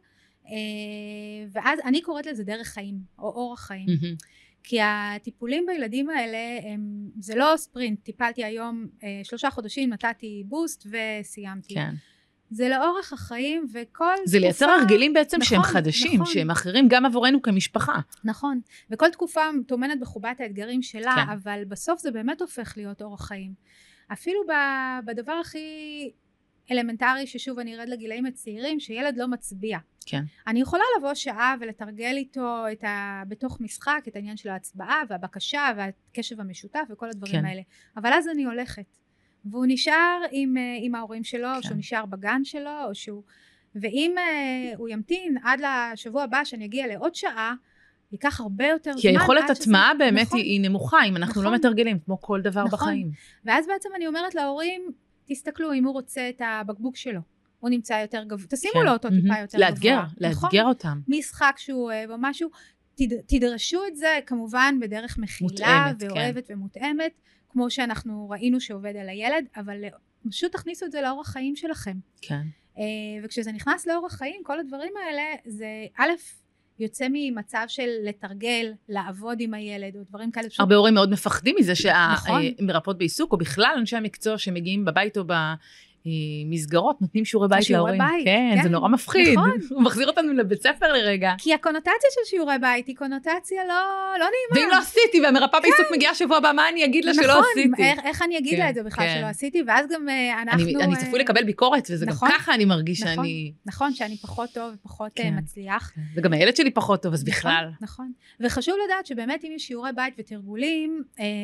ואז אני קוראת לזה דרך חיים, או אורח חיים. Mm-hmm. כי הטיפולים בילדים האלה, הם, זה לא ספרינט, טיפלתי היום שלושה חודשים, נתתי בוסט וסיימתי. כן. זה לאורך החיים, וכל זה תקופה... לייצר הרגלים בעצם נכון, שהם חדשים, נכון. שהם אחרים גם עבורנו כמשפחה. נכון, וכל תקופה תומנת בחובת האתגרים שלה, כן. אבל בסוף זה באמת הופך להיות אורח חיים. אפילו בדבר הכי... אלמנטרי ששוב אני ארד לגילאים הצעירים, שילד לא מצביע. כן. אני יכולה לבוא שעה ולתרגל איתו את ה... בתוך משחק, את העניין של ההצבעה והבקשה והקשב המשותף וכל הדברים כן. האלה. אבל אז אני הולכת. והוא נשאר עם, עם ההורים שלו, כן. או שהוא נשאר בגן שלו, או שהוא... ואם uh, הוא ימתין עד לשבוע הבא שאני אגיע לעוד שעה, ייקח הרבה יותר זמן. כי היכולת הטמעה שזה... באמת נכון. היא, היא נמוכה, אם אנחנו נכון. לא מתרגלים, כמו כל דבר נכון. בחיים. ואז בעצם אני אומרת להורים, תסתכלו אם הוא רוצה את הבקבוק שלו, הוא נמצא יותר גבוה, תשימו כן. לו אותו mm-hmm. טיפה יותר לאתגר, גבוה. לאתגר נכון? אותם. משחק שהוא אוהב או משהו, תד, תדרשו את זה כמובן בדרך מכילה מותאמת, ואוהבת כן. ומותאמת, כמו שאנחנו ראינו שעובד על הילד, אבל פשוט תכניסו את זה לאורח חיים שלכם. כן. וכשזה נכנס לאורח חיים, כל הדברים האלה, זה א', יוצא ממצב של לתרגל, לעבוד עם הילד, או דברים כאלה. הרבה הורים מאוד מפחדים מזה שהמרפאות בעיסוק, או בכלל אנשי המקצוע שמגיעים בבית או במסגרות, נותנים שיעורי בית להורים. כן, זה נורא מפחיד. הוא מחזיר אותנו לבית ספר לרגע. כי הקונוטציה של שיעורי בית היא קונוטציה לא נעימה. ואם לא עשיתי, והמרפאה בעיסוק מגיעה שבוע הבא, מה אני אגיד לה שלא עשיתי? נכון, איך אני אגיד לה את זה בכלל שלא עשיתי, ואז גם אנחנו... אני צפוי לקבל ביקורת, וזה גם ככה אני מרגיש שאני... נכון, שאני פחות טוב ופחות מצליח. וגם הילד שלי פחות טוב, אז בכלל. נכון. וחשוב לדעת שבאמת אם יש שיעורי בית ותרגולים,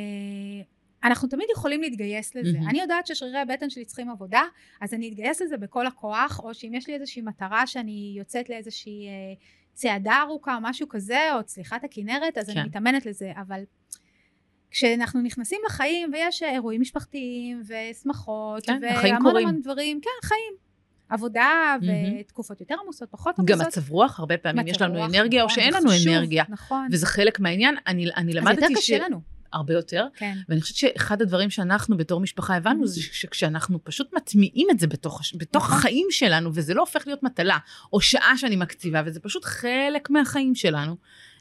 אנחנו תמיד יכולים להתגייס לזה. Mm-hmm. אני יודעת ששרירי הבטן שלי צריכים עבודה, אז אני אתגייס לזה בכל הכוח, או שאם יש לי איזושהי מטרה שאני יוצאת לאיזושהי אה, צעדה ארוכה או משהו כזה, או צליחת הכנרת, אז כן. אני מתאמנת לזה, אבל כשאנחנו נכנסים לחיים, ויש אירועים משפחתיים, ושמחות, כן, והמון המון דברים, כן, חיים. עבודה ותקופות יותר עמוסות, פחות עמוסות. גם מצב רוח, הרבה פעמים יש לנו אנרגיה, או שאין לנו אנרגיה. נכון. וזה חלק מהעניין. אני למדתי ש... אז יותר קשה לנו. הרבה יותר. כן. ואני חושבת שאחד הדברים שאנחנו בתור משפחה הבנו, זה שכשאנחנו פשוט מטמיעים את זה בתוך החיים שלנו, וזה לא הופך להיות מטלה, או שעה שאני מקציבה, וזה פשוט חלק מהחיים שלנו,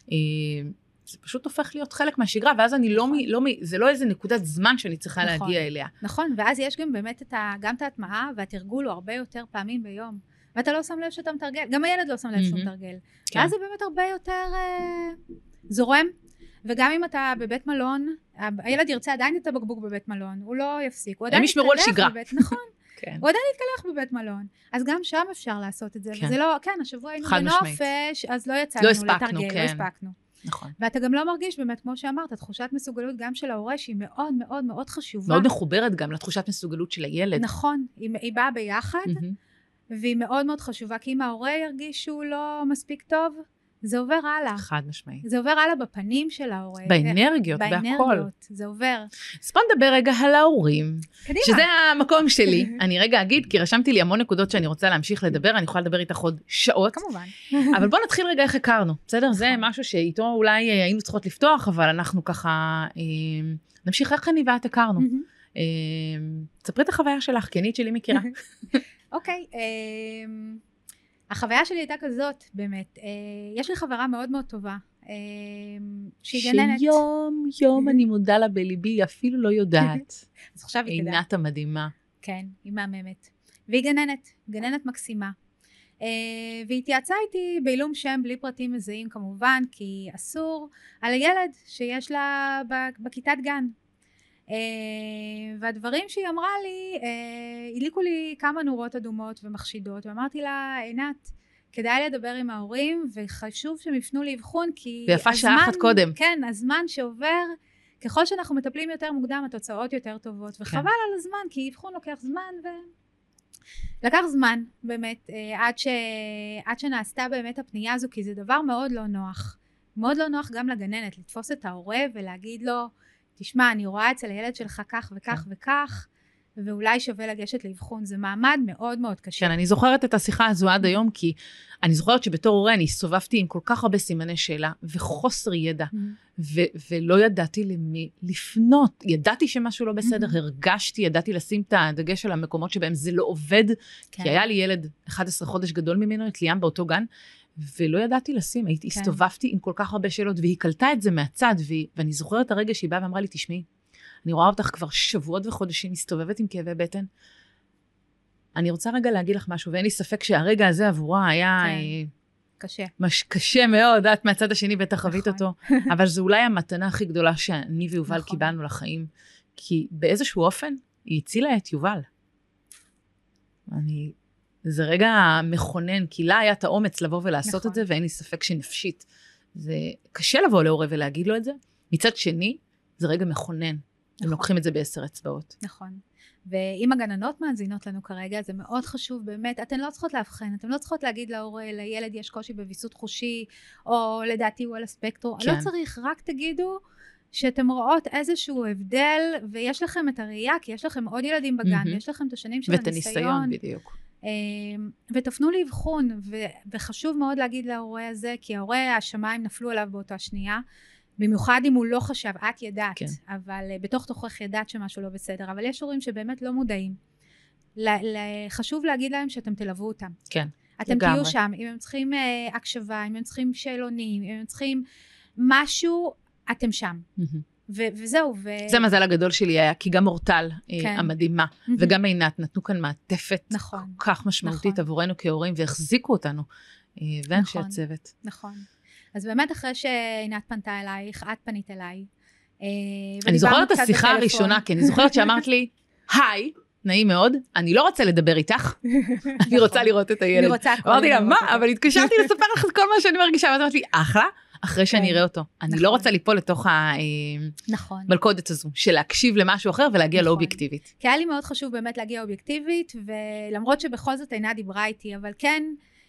זה פשוט הופך להיות חלק מהשגרה, ואז אני לא, לא, זה לא איזה נקודת זמן שאני צריכה נכון, להגיע אליה. נכון, ואז יש גם באמת את ה, גם את ההטמעה, והתרגול הוא הרבה יותר פעמים ביום. ואתה לא שם לב שאתה מתרגל, גם הילד לא שם לב שהוא מתרגל. כן. ואז זה באמת הרבה יותר אה, זורם, וגם אם אתה בבית מלון, הילד ירצה עדיין את הבקבוק בבית מלון, הוא לא יפסיק, הוא עדיין יתקלח בבית, נכון, כן. הוא עדיין יתקלח בבית מלון, אז גם שם אפשר לעשות את זה, כן. וזה לא, כן, השבוע היינו בנופש, אז לא יצא לא לנו לתרגל, כן. לא הספקנו. נכון. ואתה גם לא מרגיש באמת, כמו שאמרת, תחושת מסוגלות גם של ההורה, שהיא מאוד מאוד מאוד חשובה. מאוד מחוברת גם לתחושת מסוגלות של הילד. נכון, היא, היא באה ביחד, mm-hmm. והיא מאוד מאוד חשובה, כי אם ההורה ירגיש שהוא לא מספיק טוב, זה עובר הלאה. חד משמעי. זה עובר הלאה בפנים של ההורה. באנרגיות, בהכל. באנרגיות, זה עובר. אז בוא נדבר רגע על ההורים. קדימה. שזה המקום שלי. אני רגע אגיד, כי רשמתי לי המון נקודות שאני רוצה להמשיך לדבר, אני יכולה לדבר איתך עוד שעות. כמובן. אבל בוא נתחיל רגע איך הכרנו, בסדר? זה משהו שאיתו אולי היינו צריכות לפתוח, אבל אנחנו ככה, נמשיך איך אני ואת הכרנו. תספרי את החוויה שלך, כי אני את שלי מכירה. אוקיי, החוויה שלי הייתה כזאת, באמת, אה, יש לי חברה מאוד מאוד טובה, אה, שהיא גננת. שיום יום אני מודה לה בליבי, אפילו לא יודעת. אז עכשיו היא תדע. עינת המדהימה. כן, היא מהממת. והיא גננת, גננת מקסימה. אה, והיא התייעצה איתי בעילום שם, בלי פרטים מזהים כמובן, כי אסור על הילד שיש לה בכיתת גן. Uh, והדברים שהיא אמרה לי, uh, הדליקו לי כמה נורות אדומות ומחשידות, ואמרתי לה, עינת, כדאי לדבר עם ההורים, וחשוב שהם יפנו לאבחון, כי ויפה שעה אחת קודם. כן, הזמן שעובר, ככל שאנחנו מטפלים יותר מוקדם, התוצאות יותר טובות, וחבל כן. על הזמן, כי אבחון לוקח זמן, ו... לקח זמן, באמת, uh, עד, ש... עד שנעשתה באמת הפנייה הזו, כי זה דבר מאוד לא נוח. מאוד לא נוח גם לגננת, לתפוס את ההורה ולהגיד לו, תשמע, אני רואה אצל הילד שלך כך וכך וכך, ואולי שווה לגשת לאבחון. זה מעמד מאוד מאוד קשה. כן, אני זוכרת את השיחה הזו עד היום, כי אני זוכרת שבתור הורה אני הסתובבתי עם כל כך הרבה סימני שאלה, וחוסר ידע, ו- ולא ידעתי למי לפנות. ידעתי שמשהו לא בסדר, הרגשתי, ידעתי לשים את הדגש על המקומות שבהם זה לא עובד, כי היה לי ילד אחד עשר חודש גדול ממנו, את ליאם באותו גן, ולא ידעתי לשים, הייתי, כן. הסתובבתי עם כל כך הרבה שאלות, והיא קלטה את זה מהצד, ו- ואני זוכרת את הרגע שהיא באה ואמרה לי, תשמעי, אני רואה אותך כבר שבועות וחודשים, מסתובבת עם כאבי בטן, אני רוצה רגע להגיד לך משהו, ואין לי ספק שהרגע הזה עבורה היה... כן. אה, קשה. מש, קשה מאוד, את מהצד השני בטח חווית נכון. אותו, אבל זו אולי המתנה הכי גדולה שאני ויובל נכון. קיבלנו לחיים, כי באיזשהו אופן, היא הצילה את יובל. אני... זה רגע מכונן, כי לה היה את האומץ לבוא ולעשות נכון. את זה, ואין לי ספק שנפשית. זה קשה לבוא להורה ולהגיד לו את זה. מצד שני, זה רגע מכונן. נכון. הם לוקחים את זה בעשר אצבעות. נכון. ואם הגננות מאזינות לנו כרגע, זה מאוד חשוב באמת. אתן לא צריכות להבחן, אתן לא צריכות להגיד להורה, לילד יש קושי בוויסות חושי, או לדעתי הוא על הספקטרום. כן. לא צריך, רק תגידו שאתם רואות איזשהו הבדל, ויש לכם את הראייה, כי יש לכם עוד ילדים בגן, mm-hmm. יש לכם את השנים של ואת הניסיון. הניסיון, בדיוק. ותפנו לאבחון, וחשוב מאוד להגיד להורה הזה, כי ההורה השמיים נפלו עליו באותה שנייה, במיוחד אם הוא לא חשב, את ידעת, כן. אבל בתוך תוכך ידעת שמשהו לא בסדר, אבל יש הורים שבאמת לא מודעים. חשוב להגיד להם שאתם תלוו אותם. כן, אתם לגמרי. תהיו שם, אם הם צריכים הקשבה, אם הם צריכים שאלונים, אם הם צריכים משהו, אתם שם. ו- וזהו. ו- זה מזל הגדול שלי היה, כי גם אורטל כן. המדהימה, וגם עינת נתנו כאן מעטפת נכון. כל כך משמעותית נכון. עבורנו כהורים, והחזיקו אותנו, ואנשי נכון. הצוות. נכון. אז באמת אחרי שעינת פנתה אלייך, את פנית אליי. אני זוכרת את השיחה הראשונה, כי אני זוכרת שאמרת לי, היי, נעים מאוד, אני לא רוצה לדבר איתך, אני רוצה לראות את הילד. אמרתי לה, מה? אבל התקשרתי לספר לך את כל מה שאני מרגישה, ואת אמרת לי, אחלה, אחרי שאני אראה אותו. אני לא רוצה ליפול לתוך המלכודת הזו, של להקשיב למשהו אחר ולהגיע לאובייקטיבית. כי היה לי מאוד חשוב באמת להגיע אובייקטיבית, ולמרות שבכל זאת עינה דיברה איתי, אבל כן,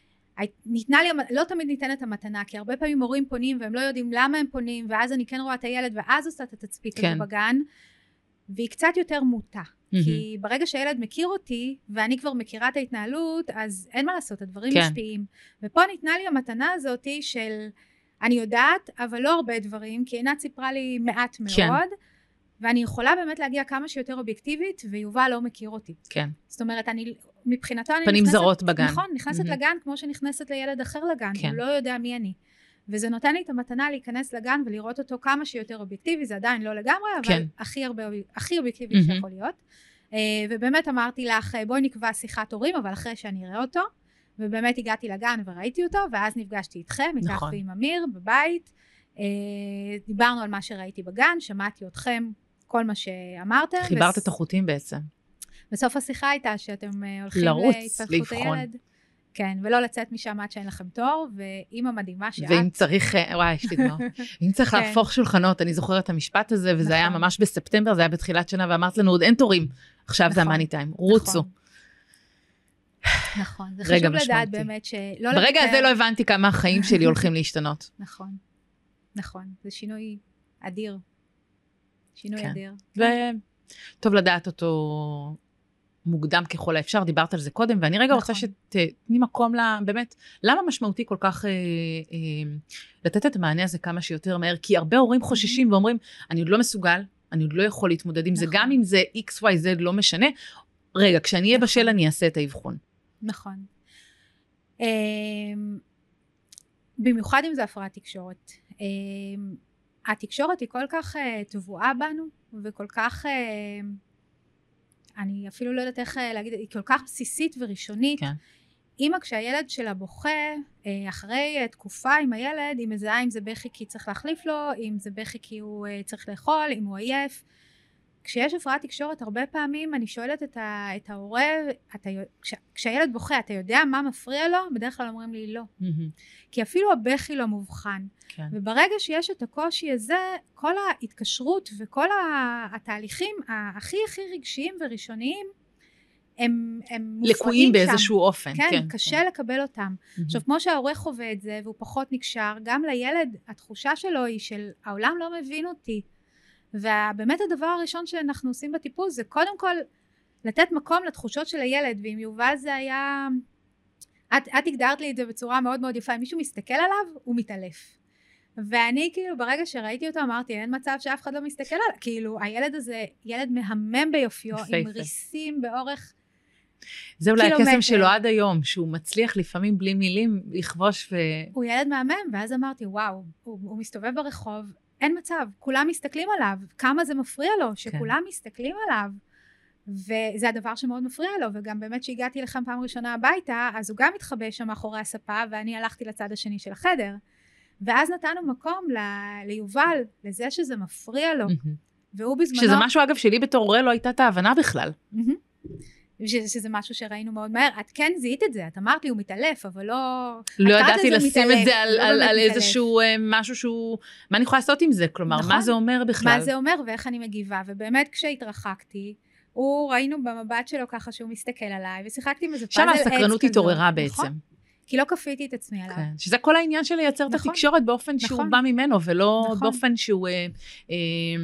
ניתנה לי, לא תמיד ניתנת המתנה, כי הרבה פעמים מורים פונים והם לא יודעים למה הם פונים, ואז אני כן רואה את הילד, ואז עושה את התצפית כן. הזו בגן, והיא קצת יותר מוטה. Mm-hmm. כי ברגע שהילד מכיר אותי, ואני כבר מכירה את ההתנהלות, אז אין מה לעשות, הדברים כן. משפיעים. ופה ניתנה לי המתנה הזאת של, אני יודעת, אבל לא הרבה דברים, כי עינת סיפרה לי מעט מאוד, כן. ואני יכולה באמת להגיע כמה שיותר אובייקטיבית, ויובל לא מכיר אותי. כן. זאת אומרת, אני, מבחינתו אני פנים נכנסת... זרות בגן. נכון, נכנסת mm-hmm. לגן, כמו שנכנסת לילד אחר לגן, כן. הוא לא יודע מי אני. וזה נותן לי את המתנה להיכנס לגן, ולראות אותו כמה שיותר אובייקטיבי, זה עדיין לא לגמרי, אבל כן. הכי הרבה, הכי אובייקטיבי mm-hmm. שיכול להיות. ובאמת אמרתי לך, בואי נקבע שיחת הורים, אבל אחרי שאני אראה אותו, ובאמת הגעתי לגן וראיתי אותו, ואז נפגשתי איתכם, איתך נכון. ועם אמיר, בבית, דיברנו על מה שראיתי בגן, שמעתי אתכם, כל מה שאמרתם. חיברת את החוטים בעצם. בסוף השיחה הייתה שאתם הולכים להתפתחות הילד. כן, ולא לצאת משם עד שאין לכם תור, ואימא מדהימה שאת. ואם צריך, וואי, יש לי דמעות. אם צריך להפוך שולחנות, אני זוכרת את המשפט הזה, וזה היה ממש בספטמבר, זה היה בתחילת שנה, ואמרת לנו, עוד אין תורים. עכשיו זה המאני טיים, רוצו. נכון, זה חשוב לדעת באמת שלא... ברגע הזה לא הבנתי כמה החיים שלי הולכים להשתנות. נכון, נכון, זה שינוי אדיר. שינוי אדיר. וטוב לדעת אותו מוקדם ככל האפשר, דיברת על זה קודם, ואני רגע רוצה שתתני מקום לה, באמת, למה משמעותי כל כך לתת את המענה הזה כמה שיותר מהר? כי הרבה הורים חוששים ואומרים, אני עוד לא מסוגל, אני עוד לא יכול להתמודד עם זה, גם אם זה X Y Z לא משנה, רגע, כשאני אהיה בשל אני אעשה את האבחון. נכון. במיוחד אם זה הפרעת תקשורת. התקשורת היא כל כך תבואה בנו, וכל כך, אני אפילו לא יודעת איך להגיד, היא כל כך בסיסית וראשונית. כן. אמא כשהילד שלה בוכה, אחרי תקופה עם הילד, היא מזהה אם זה בכי כי צריך להחליף לו, אם זה בכי כי הוא צריך לאכול, אם הוא עייף. כשיש הפרעת תקשורת, הרבה פעמים אני שואלת את, ה, את ההורה, אתה, כש, כשהילד בוכה, אתה יודע מה מפריע לו? בדרך כלל אומרים לי לא. Mm-hmm. כי אפילו הבכי לא מובחן. כן. וברגע שיש את הקושי הזה, כל ההתקשרות וכל התהליכים הכי הכי רגשיים וראשוניים, הם, הם מופרעים שם. לקויים באיזשהו אופן. כן, כן קשה כן. לקבל אותם. Mm-hmm. עכשיו, כמו שההורה חווה את זה, והוא פחות נקשר, גם לילד, התחושה שלו היא של, העולם לא מבין אותי. ובאמת הדבר הראשון שאנחנו עושים בטיפול זה קודם כל לתת מקום לתחושות של הילד, ואם יובל זה היה, את, את הגדרת לי את זה בצורה מאוד מאוד יפה, אם מישהו מסתכל עליו הוא מתעלף, ואני כאילו ברגע שראיתי אותו אמרתי אין מצב שאף אחד לא מסתכל עליו, כאילו הילד הזה ילד מהמם ביופיו, עם ריסים באורך זה אולי הקסם שלו עד היום, שהוא מצליח לפעמים בלי מילים לכבוש ו... הוא ילד מהמם, ואז אמרתי וואו, הוא, הוא מסתובב ברחוב, אין מצב, כולם מסתכלים עליו, כמה זה מפריע לו, שכולם כן. מסתכלים עליו, וזה הדבר שמאוד מפריע לו, וגם באמת שהגעתי לכם פעם ראשונה הביתה, אז הוא גם התחבא שם מאחורי הספה, ואני הלכתי לצד השני של החדר, ואז נתנו מקום ל- ליובל, לזה שזה מפריע לו, mm-hmm. והוא בזמנו... שזה משהו אגב שלי בתור הורה לא הייתה את ההבנה בכלל. Mm-hmm. שזה, שזה משהו שראינו מאוד מהר, את כן זיהית את זה, את אמרת לי הוא מתעלף, אבל לא... לא ידעתי לשים מתעלף, את זה על, לא על, על איזשהו משהו שהוא, מה אני יכולה לעשות עם זה? כלומר, נכון, מה זה אומר בכלל? מה זה אומר ואיך אני מגיבה, ובאמת כשהתרחקתי, הוא ראינו במבט שלו ככה שהוא מסתכל עליי, ושיחקתי עם איזה פאזל עץ כזו. שם הסקרנות התעוררה בעצם. נכון? כי לא כפיתי את עצמי עליו. כן, שזה כל העניין של לייצר נכון, את התקשורת באופן נכון, שהוא בא ממנו, ולא נכון. באופן שהוא אה, אה,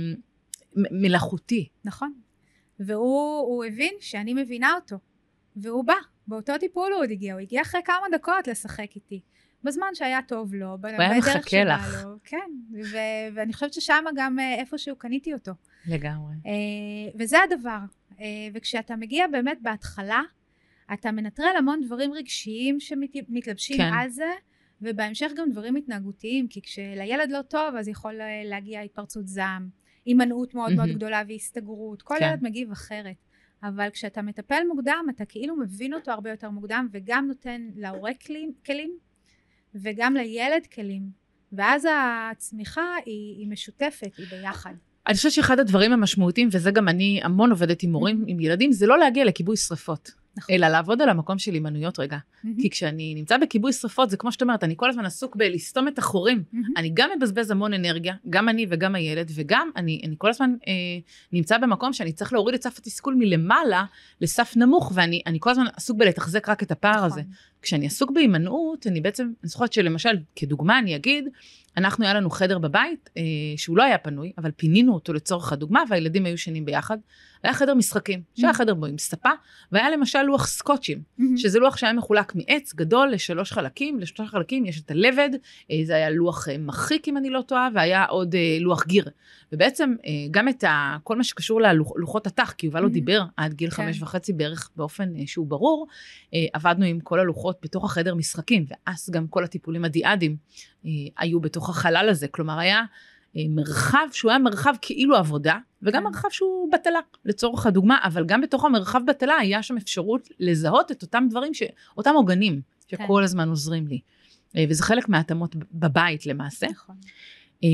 מלאכותי. נכון. והוא הבין שאני מבינה אותו, והוא בא, באותו טיפול הוא עוד הגיע, הוא הגיע אחרי כמה דקות לשחק איתי, בזמן שהיה טוב לו, הוא היה מחכה לך. לו, כן, ו- ואני חושבת ששם גם איפשהו קניתי אותו. לגמרי. וזה הדבר, וכשאתה מגיע באמת בהתחלה, אתה מנטרל המון דברים רגשיים שמתלבשים כן. על זה, ובהמשך גם דברים התנהגותיים, כי כשלילד לא טוב, אז יכול להגיע התפרצות זעם, הימנעות מאוד מאוד גדולה והסתגרות, כל ילד מגיב אחרת, אבל כשאתה מטפל מוקדם, אתה כאילו מבין אותו הרבה יותר מוקדם, וגם נותן להורה כלים, וגם לילד כלים, ואז הצמיחה היא, היא משותפת, היא ביחד. אני חושבת שאחד הדברים המשמעותיים, וזה גם אני המון עובדת עם מורים, עם ילדים, זה לא להגיע לכיבוי שרפות. נכון. אלא לעבוד על המקום של הימנויות רגע. Mm-hmm. כי כשאני נמצא בכיבוי שרפות, זה כמו שאת אומרת, אני כל הזמן עסוק בלסתום את החורים. Mm-hmm. אני גם מבזבז המון אנרגיה, גם אני וגם הילד, וגם אני, אני כל הזמן אה, נמצא במקום שאני צריך להוריד את סף התסכול מלמעלה לסף נמוך, ואני אני כל הזמן עסוק בלתחזק רק את הפער נכון. הזה. כשאני עסוק בהימנעות, אני בעצם, אני זוכרת שלמשל, כדוגמה אני אגיד, אנחנו היה לנו חדר בבית, אה, שהוא לא היה פנוי, אבל פינינו אותו לצורך הדוגמה, והילדים היו שנים ביחד. היה חדר משחקים, שהיה חדר בו עם ספה, והיה למשל לוח סקוטשים, שזה לוח שהיה מחולק מעץ גדול לשלוש חלקים, לשלוש חלקים יש את הלבד, אה, זה היה לוח אה, מחיק אם אני לא טועה, והיה עוד אה, לוח גיר. ובעצם אה, גם את ה, כל מה שקשור ללוחות התח, כי יובל לא דיבר עד גיל חמש וחצי בערך באופן אה, שהוא ברור, אה, עבדנו עם כל הלוחות בתוך החדר משחקים, ואז גם כל הטיפולים הדיאדים אה, היו בתוך החלל הזה, כלומר היה אה, מרחב שהוא היה מרחב כאילו עבודה, וגם מרחב שהוא בטלה, לצורך הדוגמה, אבל גם בתוך המרחב בטלה היה שם אפשרות לזהות את אותם דברים, ש... אותם עוגנים, שכל הזמן עוזרים לי. אה, וזה חלק מההתאמות בבית למעשה. נכון. אה,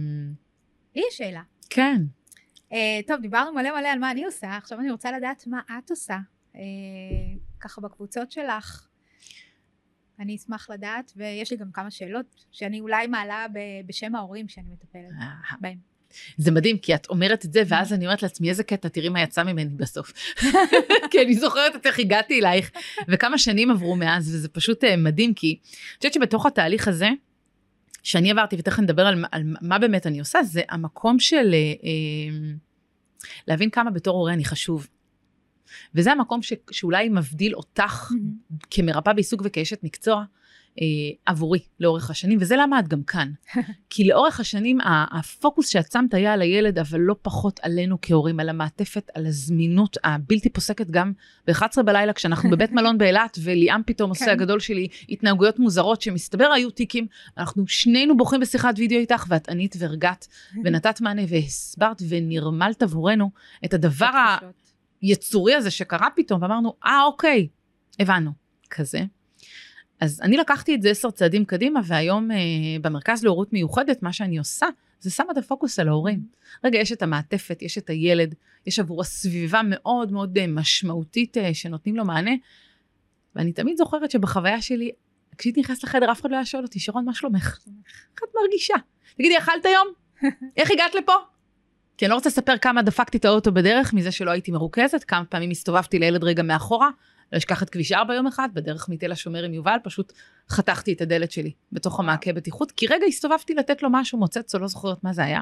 לי יש שאלה. כן. אה, טוב, דיברנו מלא מלא על מה אני עושה, עכשיו אני רוצה לדעת מה את עושה, אה, ככה בקבוצות שלך. אני אשמח לדעת, ויש לי גם כמה שאלות, שאני אולי מעלה ב- בשם ההורים שאני מטפלת בהם. זה מדהים, כי את אומרת את זה, ואז אני אומרת לעצמי, איזה קטע, תראי מה יצא ממני בסוף. כי אני זוכרת את איך הגעתי אלייך, וכמה שנים עברו מאז, וזה פשוט מדהים, כי אני חושבת שבתוך התהליך הזה, שאני עברתי, ותכף נדבר על, על מה באמת אני עושה, זה המקום של אה, להבין כמה בתור הורה אני חשוב. וזה המקום ש, שאולי מבדיל אותך mm-hmm. כמרפאה בעיסוק וכאשת מקצוע אה, עבורי לאורך השנים, וזה למה את גם כאן. כי לאורך השנים הפוקוס שאת שמת היה על הילד, אבל לא פחות עלינו כהורים, על המעטפת, על הזמינות הבלתי פוסקת גם ב-אחת עשרה בלילה, כשאנחנו בבית מלון באילת, וליאם פתאום עושה הגדול שלי, התנהגויות מוזרות שמסתבר היו טיקים, אנחנו שנינו בוכים בשיחת וידאו איתך, ואת ענית והרגעת, ונתת מענה והסברת ונרמלת עבורנו את הדבר ה... יצורי הזה שקרה פתאום, ואמרנו, אה, אוקיי, הבנו, כזה. אז אני לקחתי את זה עשר צעדים קדימה, והיום אה, במרכז להורות מיוחדת, מה שאני עושה, זה שמה את הפוקוס על ההורים. רגע, יש את המעטפת, יש את הילד, יש עבור הסביבה מאוד מאוד אה, משמעותית אה, שנותנים לו מענה, ואני תמיד זוכרת שבחוויה שלי, כשהיא נכנסת לחדר, אף אחד לא היה שואל אותי, שרון, מה שלומך? איך את מרגישה? תגידי, אכלת היום? איך הגעת לפה? כי אני לא רוצה לספר כמה דפקתי את האוטו בדרך, מזה שלא הייתי מרוכזת, כמה פעמים הסתובבתי לילד רגע מאחורה, לא אשכח את כביש ארבע יום אחד, בדרך מתל השומר עם יובל, פשוט חתכתי את הדלת שלי, בתוך המעקה בטיחות, כי רגע הסתובבתי לתת לו משהו, מוצץ או לא זוכרת מה זה היה.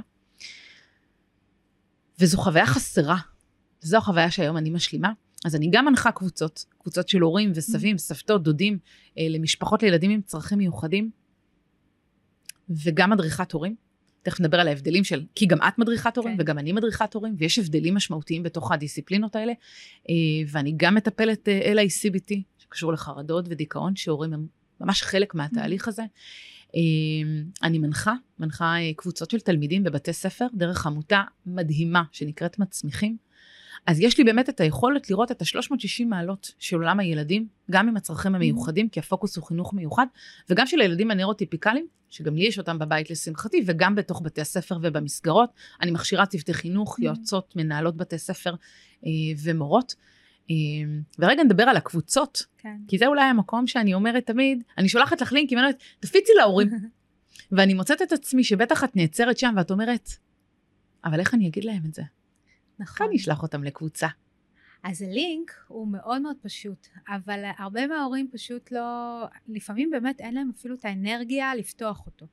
וזו חוויה חסרה, וזו החוויה שהיום אני משלימה, אז אני גם מנחה קבוצות, קבוצות של הורים וסבים, סבתות, דודים, למשפחות לילדים עם צרכים מיוחדים, וגם מדריכת הורים. תכף נדבר על ההבדלים של, כי גם את מדריכת הורים, okay. וגם אני מדריכת הורים, ויש הבדלים משמעותיים בתוך הדיסציפלינות האלה, ואני גם מטפלת אל איי סי בי טי, שקשור לחרדות ודיכאון, שהורים הם ממש חלק מהתהליך הזה. אני מנחה, מנחה קבוצות של תלמידים בבתי ספר, דרך עמותה מדהימה, שנקראת מצמיחים, אז יש לי באמת את היכולת לראות את ה-שלוש מאות ושישים מעלות של עולם הילדים, גם עם הצרכים המיוחדים, כי הפוקוס הוא חינוך מיוחד, וגם של הילדים הנאורוטיפיקליים, שגם לי יש אותם בבית לשמחתי, וגם בתוך בתי הספר ובמסגרות. אני מכשירה צוותי חינוך, יועצות, מנהלות בתי ספר אה, ומורות. אה, ורגע נדבר על הקבוצות, כן. כי זה אולי המקום שאני אומרת תמיד, אני שולחת לך לינק, אני אומרת, תפיצי להורים. ואני מוצאת את עצמי שבטח את נעצרת שם, ואת אומרת, אבל איך אני אגיד להם את זה? נכון. כאן נשלח אותם לקבוצה. אז הלינק הוא מאוד מאוד פשוט, אבל הרבה מההורים פשוט לא, לפעמים באמת אין להם אפילו את האנרגיה לפתוח אותו.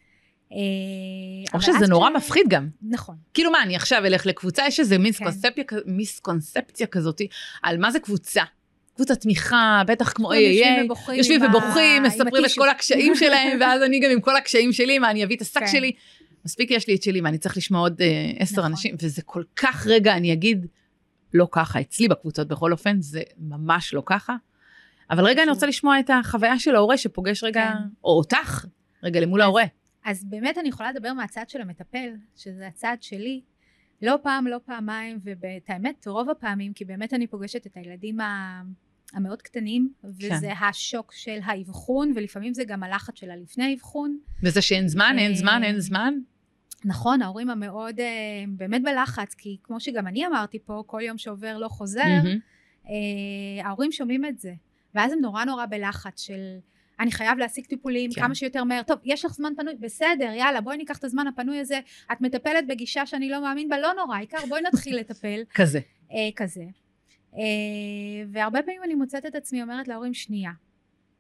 או שזה נורא מפחיד גם. נכון. כאילו מה, אני עכשיו אלך לקבוצה, יש איזו מיסקונספציה כזאת, על מה זה קבוצה? קבוצת תמיכה, בטח כמו איי איי, יושבים ובוכים, מספרים את כל הקשיים שלהם, ואז אני גם עם כל הקשיים שלי, מה אני אביא את השק שלי, מספיק יש לי את שלי, ואני צריך לשמוע עוד עשר אנשים, וזה כל כך רגע, אני אגיד, לא ככה, אצלי בקבוצות בכל אופן, זה ממש לא ככה. אבל רגע אני רוצה לשמוע את החוויה של ההורה, שפוגש רגע, או אותך, רגע למול ההורה. אז באמת אני יכולה לדבר מהצד של המטפל, שזה הצד שלי, לא פעם, לא פעמיים, ואת האמת, רוב הפעמים, כי באמת אני פוגשת את הילדים המאוד קטנים, וזה השוק של האבחון, ולפעמים זה גם הלחץ של הלפני האבחון. וזה שאין זמן, אין זמן, אין זמן. נכון, ההורים המאוד באמת בלחץ, כי כמו שגם אני אמרתי פה, כל יום שעובר לא חוזר, ההורים שומעים את זה, ואז הם נורא נורא בלחץ של, אני חייב להשיג טיפולים כמה שיותר מהר, טוב, יש לך זמן פנוי, בסדר, יאללה, בואי ניקח את הזמן הפנוי הזה, את מטפלת בגישה שאני לא מאמין בה, לא נורא, עיקר בואי נתחיל לטפל. כזה. כזה. והרבה פעמים אני מוצאת את עצמי, אומרת להורים, שנייה,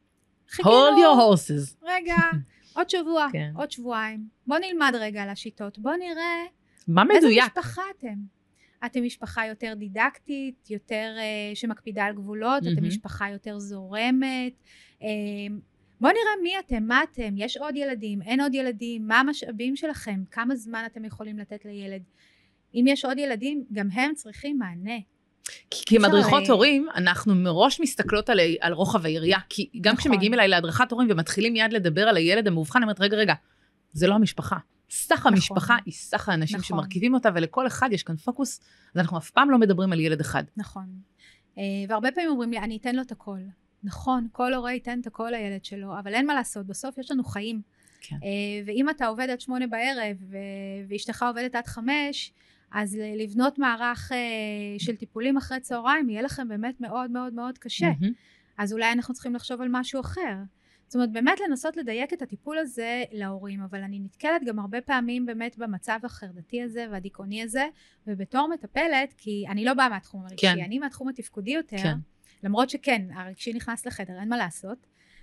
חיכינו, hold your horses. רגע, עוד שבוע, כן. עוד שבועיים. בוא נלמד רגע על השיטות, בוא נראה מה איזה מדויק? משפחה אתם. אתם משפחה יותר דידקטית, יותר uh, שמקפידה על גבולות, Mm-hmm. אתם משפחה יותר זורמת. Uh, בוא נראה מי אתם, מה אתם, יש עוד ילדים, אין עוד ילדים, מה המשאבים שלכם, כמה זמן אתם יכולים לתת לילד. אם יש עוד ילדים, גם הם צריכים מענה. כי כמדריכות אפשר, הורים, אנחנו מראש מסתכלות על, על רוחב העירייה, כי גם נכון. כשמגיעים אליי להדרכת הורים ומתחילים מיד לדבר על הילד המאובחן, אני אומרת, רגע, רגע, זה לא המשפחה. סך המשפחה היא סך האנשים נכון. שמרכיבים אותה, ולכל אחד יש כאן פוקוס, אז אנחנו אף פעם לא מדברים על ילד אחד. נכון. והרבה פעמים אומרים לי, אני אתן לו את הכל. נכון, כל הורה ייתן את הכל לילד שלו, אבל אין מה לעשות, בסוף יש לנו חיים. כן. ואם אתה עובד עד שמונה בערב, ואשתך עובדת עד חמש, אז לבנות מערך של טיפולים אחרי צהריים, יהיה לכם באמת מאוד מאוד מאוד קשה. Mm-hmm. אז אולי אנחנו צריכים לחשוב על משהו אחר. זאת אומרת, באמת לנסות לדייק את הטיפול הזה להורים, אבל אני נתקלת גם הרבה פעמים באמת במצב החרדתי הזה והדיכאוני הזה, ובתור מטפלת, כי אני לא באה מהתחום הרגשי, כן. אני מהתחום התפקודי יותר, כן. למרות שכן, הרגשי נכנס לחדר, אין מה לעשות.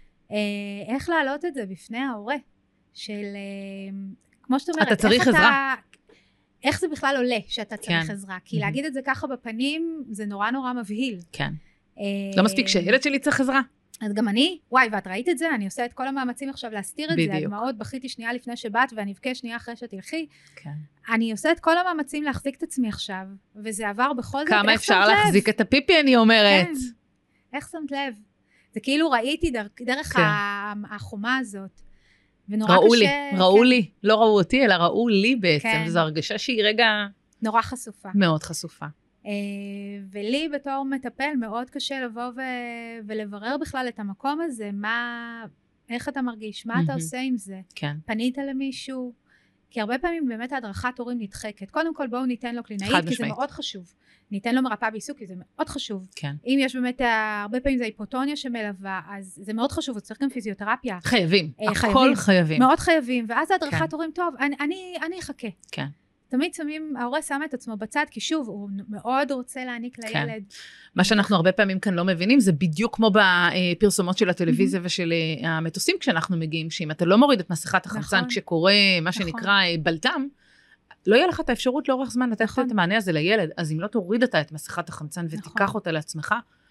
איך להעלות את זה בפני ההורה? של, כמו שאת אומרת, אתה צריך עזרה. איך זה בכלל עולה שאתה צריך כן. עזרה? כי להגיד את זה ככה בפנים, זה נורא נורא מבהיל. כן. לא מספיק שהילד שלי צריך עזרה. אז גם אני, וואי, ואת ראית את זה? אני עושה את כל המאמצים עכשיו להסתיר את בדיוק. זה. הדמעות, בכיתי שנייה לפני שבאת, ואני אבכה שנייה אחרי שתלכי. כן. אני עושה את כל המאמצים להחזיק את עצמי עכשיו, וזה עבר בכל זאת, כמה אפשר להחזיק את הפיפי, אני אומרת. כן. איך שמת לב? זה כאילו ראיתי דרך, דרך כן. החומה הזאת. ונורא ראו קשה. לי, ראו כן. לי. לא ראו אותי, אלא ראו לי בעצם. כן. וזו הרגשה שהיא רגע נורא חשופה. מאוד חשופה. Uh, ולי בתור מטפל מאוד קשה לבוא ו- ולברר בכלל את המקום הזה, מה, איך אתה מרגיש, מה Mm-hmm. אתה עושה עם זה, כן. פנית למישהו, כי הרבה פעמים באמת ההדרכת הורים נדחקת, קודם כל בואו ניתן לו קלינאית, כי משמעית. זה מאוד חשוב, ניתן לו מרפאה בעיסוק, כי זה מאוד חשוב, כן. אם יש באמת, הרבה פעמים זה היפוטוניה שמלווה, אז זה מאוד חשוב, צריך גם פיזיותרפיה. חייבים, uh, הכל חייבים, חייבים. מאוד חייבים, ואז ההדרכת כן. הורים, טוב, אני, אני, אני אחכה. כן. תמיד שמים, ההורה שם את עצמו בצד, כי שוב, הוא מאוד רוצה להעניק כן. לילד. מה שאנחנו הרבה פעמים כאן לא מבינים, זה בדיוק כמו בפרסומות של הטלוויזיה ושל המטוסים כשאנחנו מגיעים, שאם אתה לא מוריד את מסכת החמצן, נכון. כשקורה מה שנקרא בלטם, לא יהיה לך את האפשרות לאורך זמן לתת נכון. את המענה הזה לילד, אז אם לא תוריד אתה את מסכת החמצן ותיקח נכון. אותה לעצמך,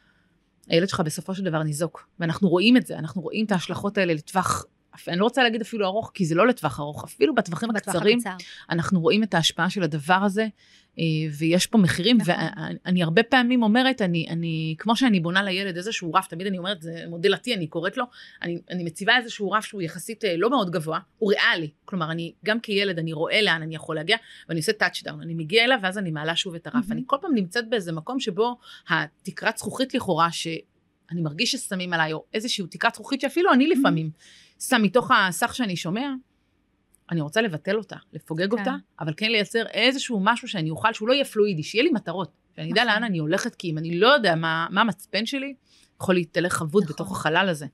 הילד שלך בסופו של דבר ניזוק, ואנחנו רואים את זה, אנחנו רואים את ההשלכות האלה לטווח, אני לא רוצה להגיד אפילו ארוך, כי זה לא לטווח ארוך, אפילו בטווחים הקצרים, אנחנו רואים את ההשפעה של הדבר הזה, ויש פה מחירים, נכון. ואני הרבה פעמים אומרת, אני, אני, כמו שאני בונה לילד איזשהו רף, תמיד אני אומרת, זה מודלתי, אני קוראת לו, אני, אני מציבה איזשהו רף שהוא יחסית לא מאוד גבוה, הוא ריאלי, כלומר, אני, גם כילד, אני רואה לאן אני יכול להגיע, ואני עושה טאצ'דאון, אני מגיע אליו, ואז אני מעלה שוב את הרף, Mm-hmm. אני כל פעם נמצאת באיזה מקום שבו התקרת זכוכית לכאורה, שאני מרגיש ששמים עליי, או איזשהו תקרת זכוכית שאפילו אני לפעמים, שם מתוך הסך שאני שומע, אני רוצה לבטל אותה, לפוגג כן. אותה, אבל כן לייצר איזשהו משהו שאני אוכל, שהוא לא יהיה פלואידי, שיהיה לי מטרות, שאני יודע לאן אני הולכת, כי אם אני לא יודע מה, מה המצפן שלי, יכול להתהלך חבוד נכון. בתוך החלל הזה.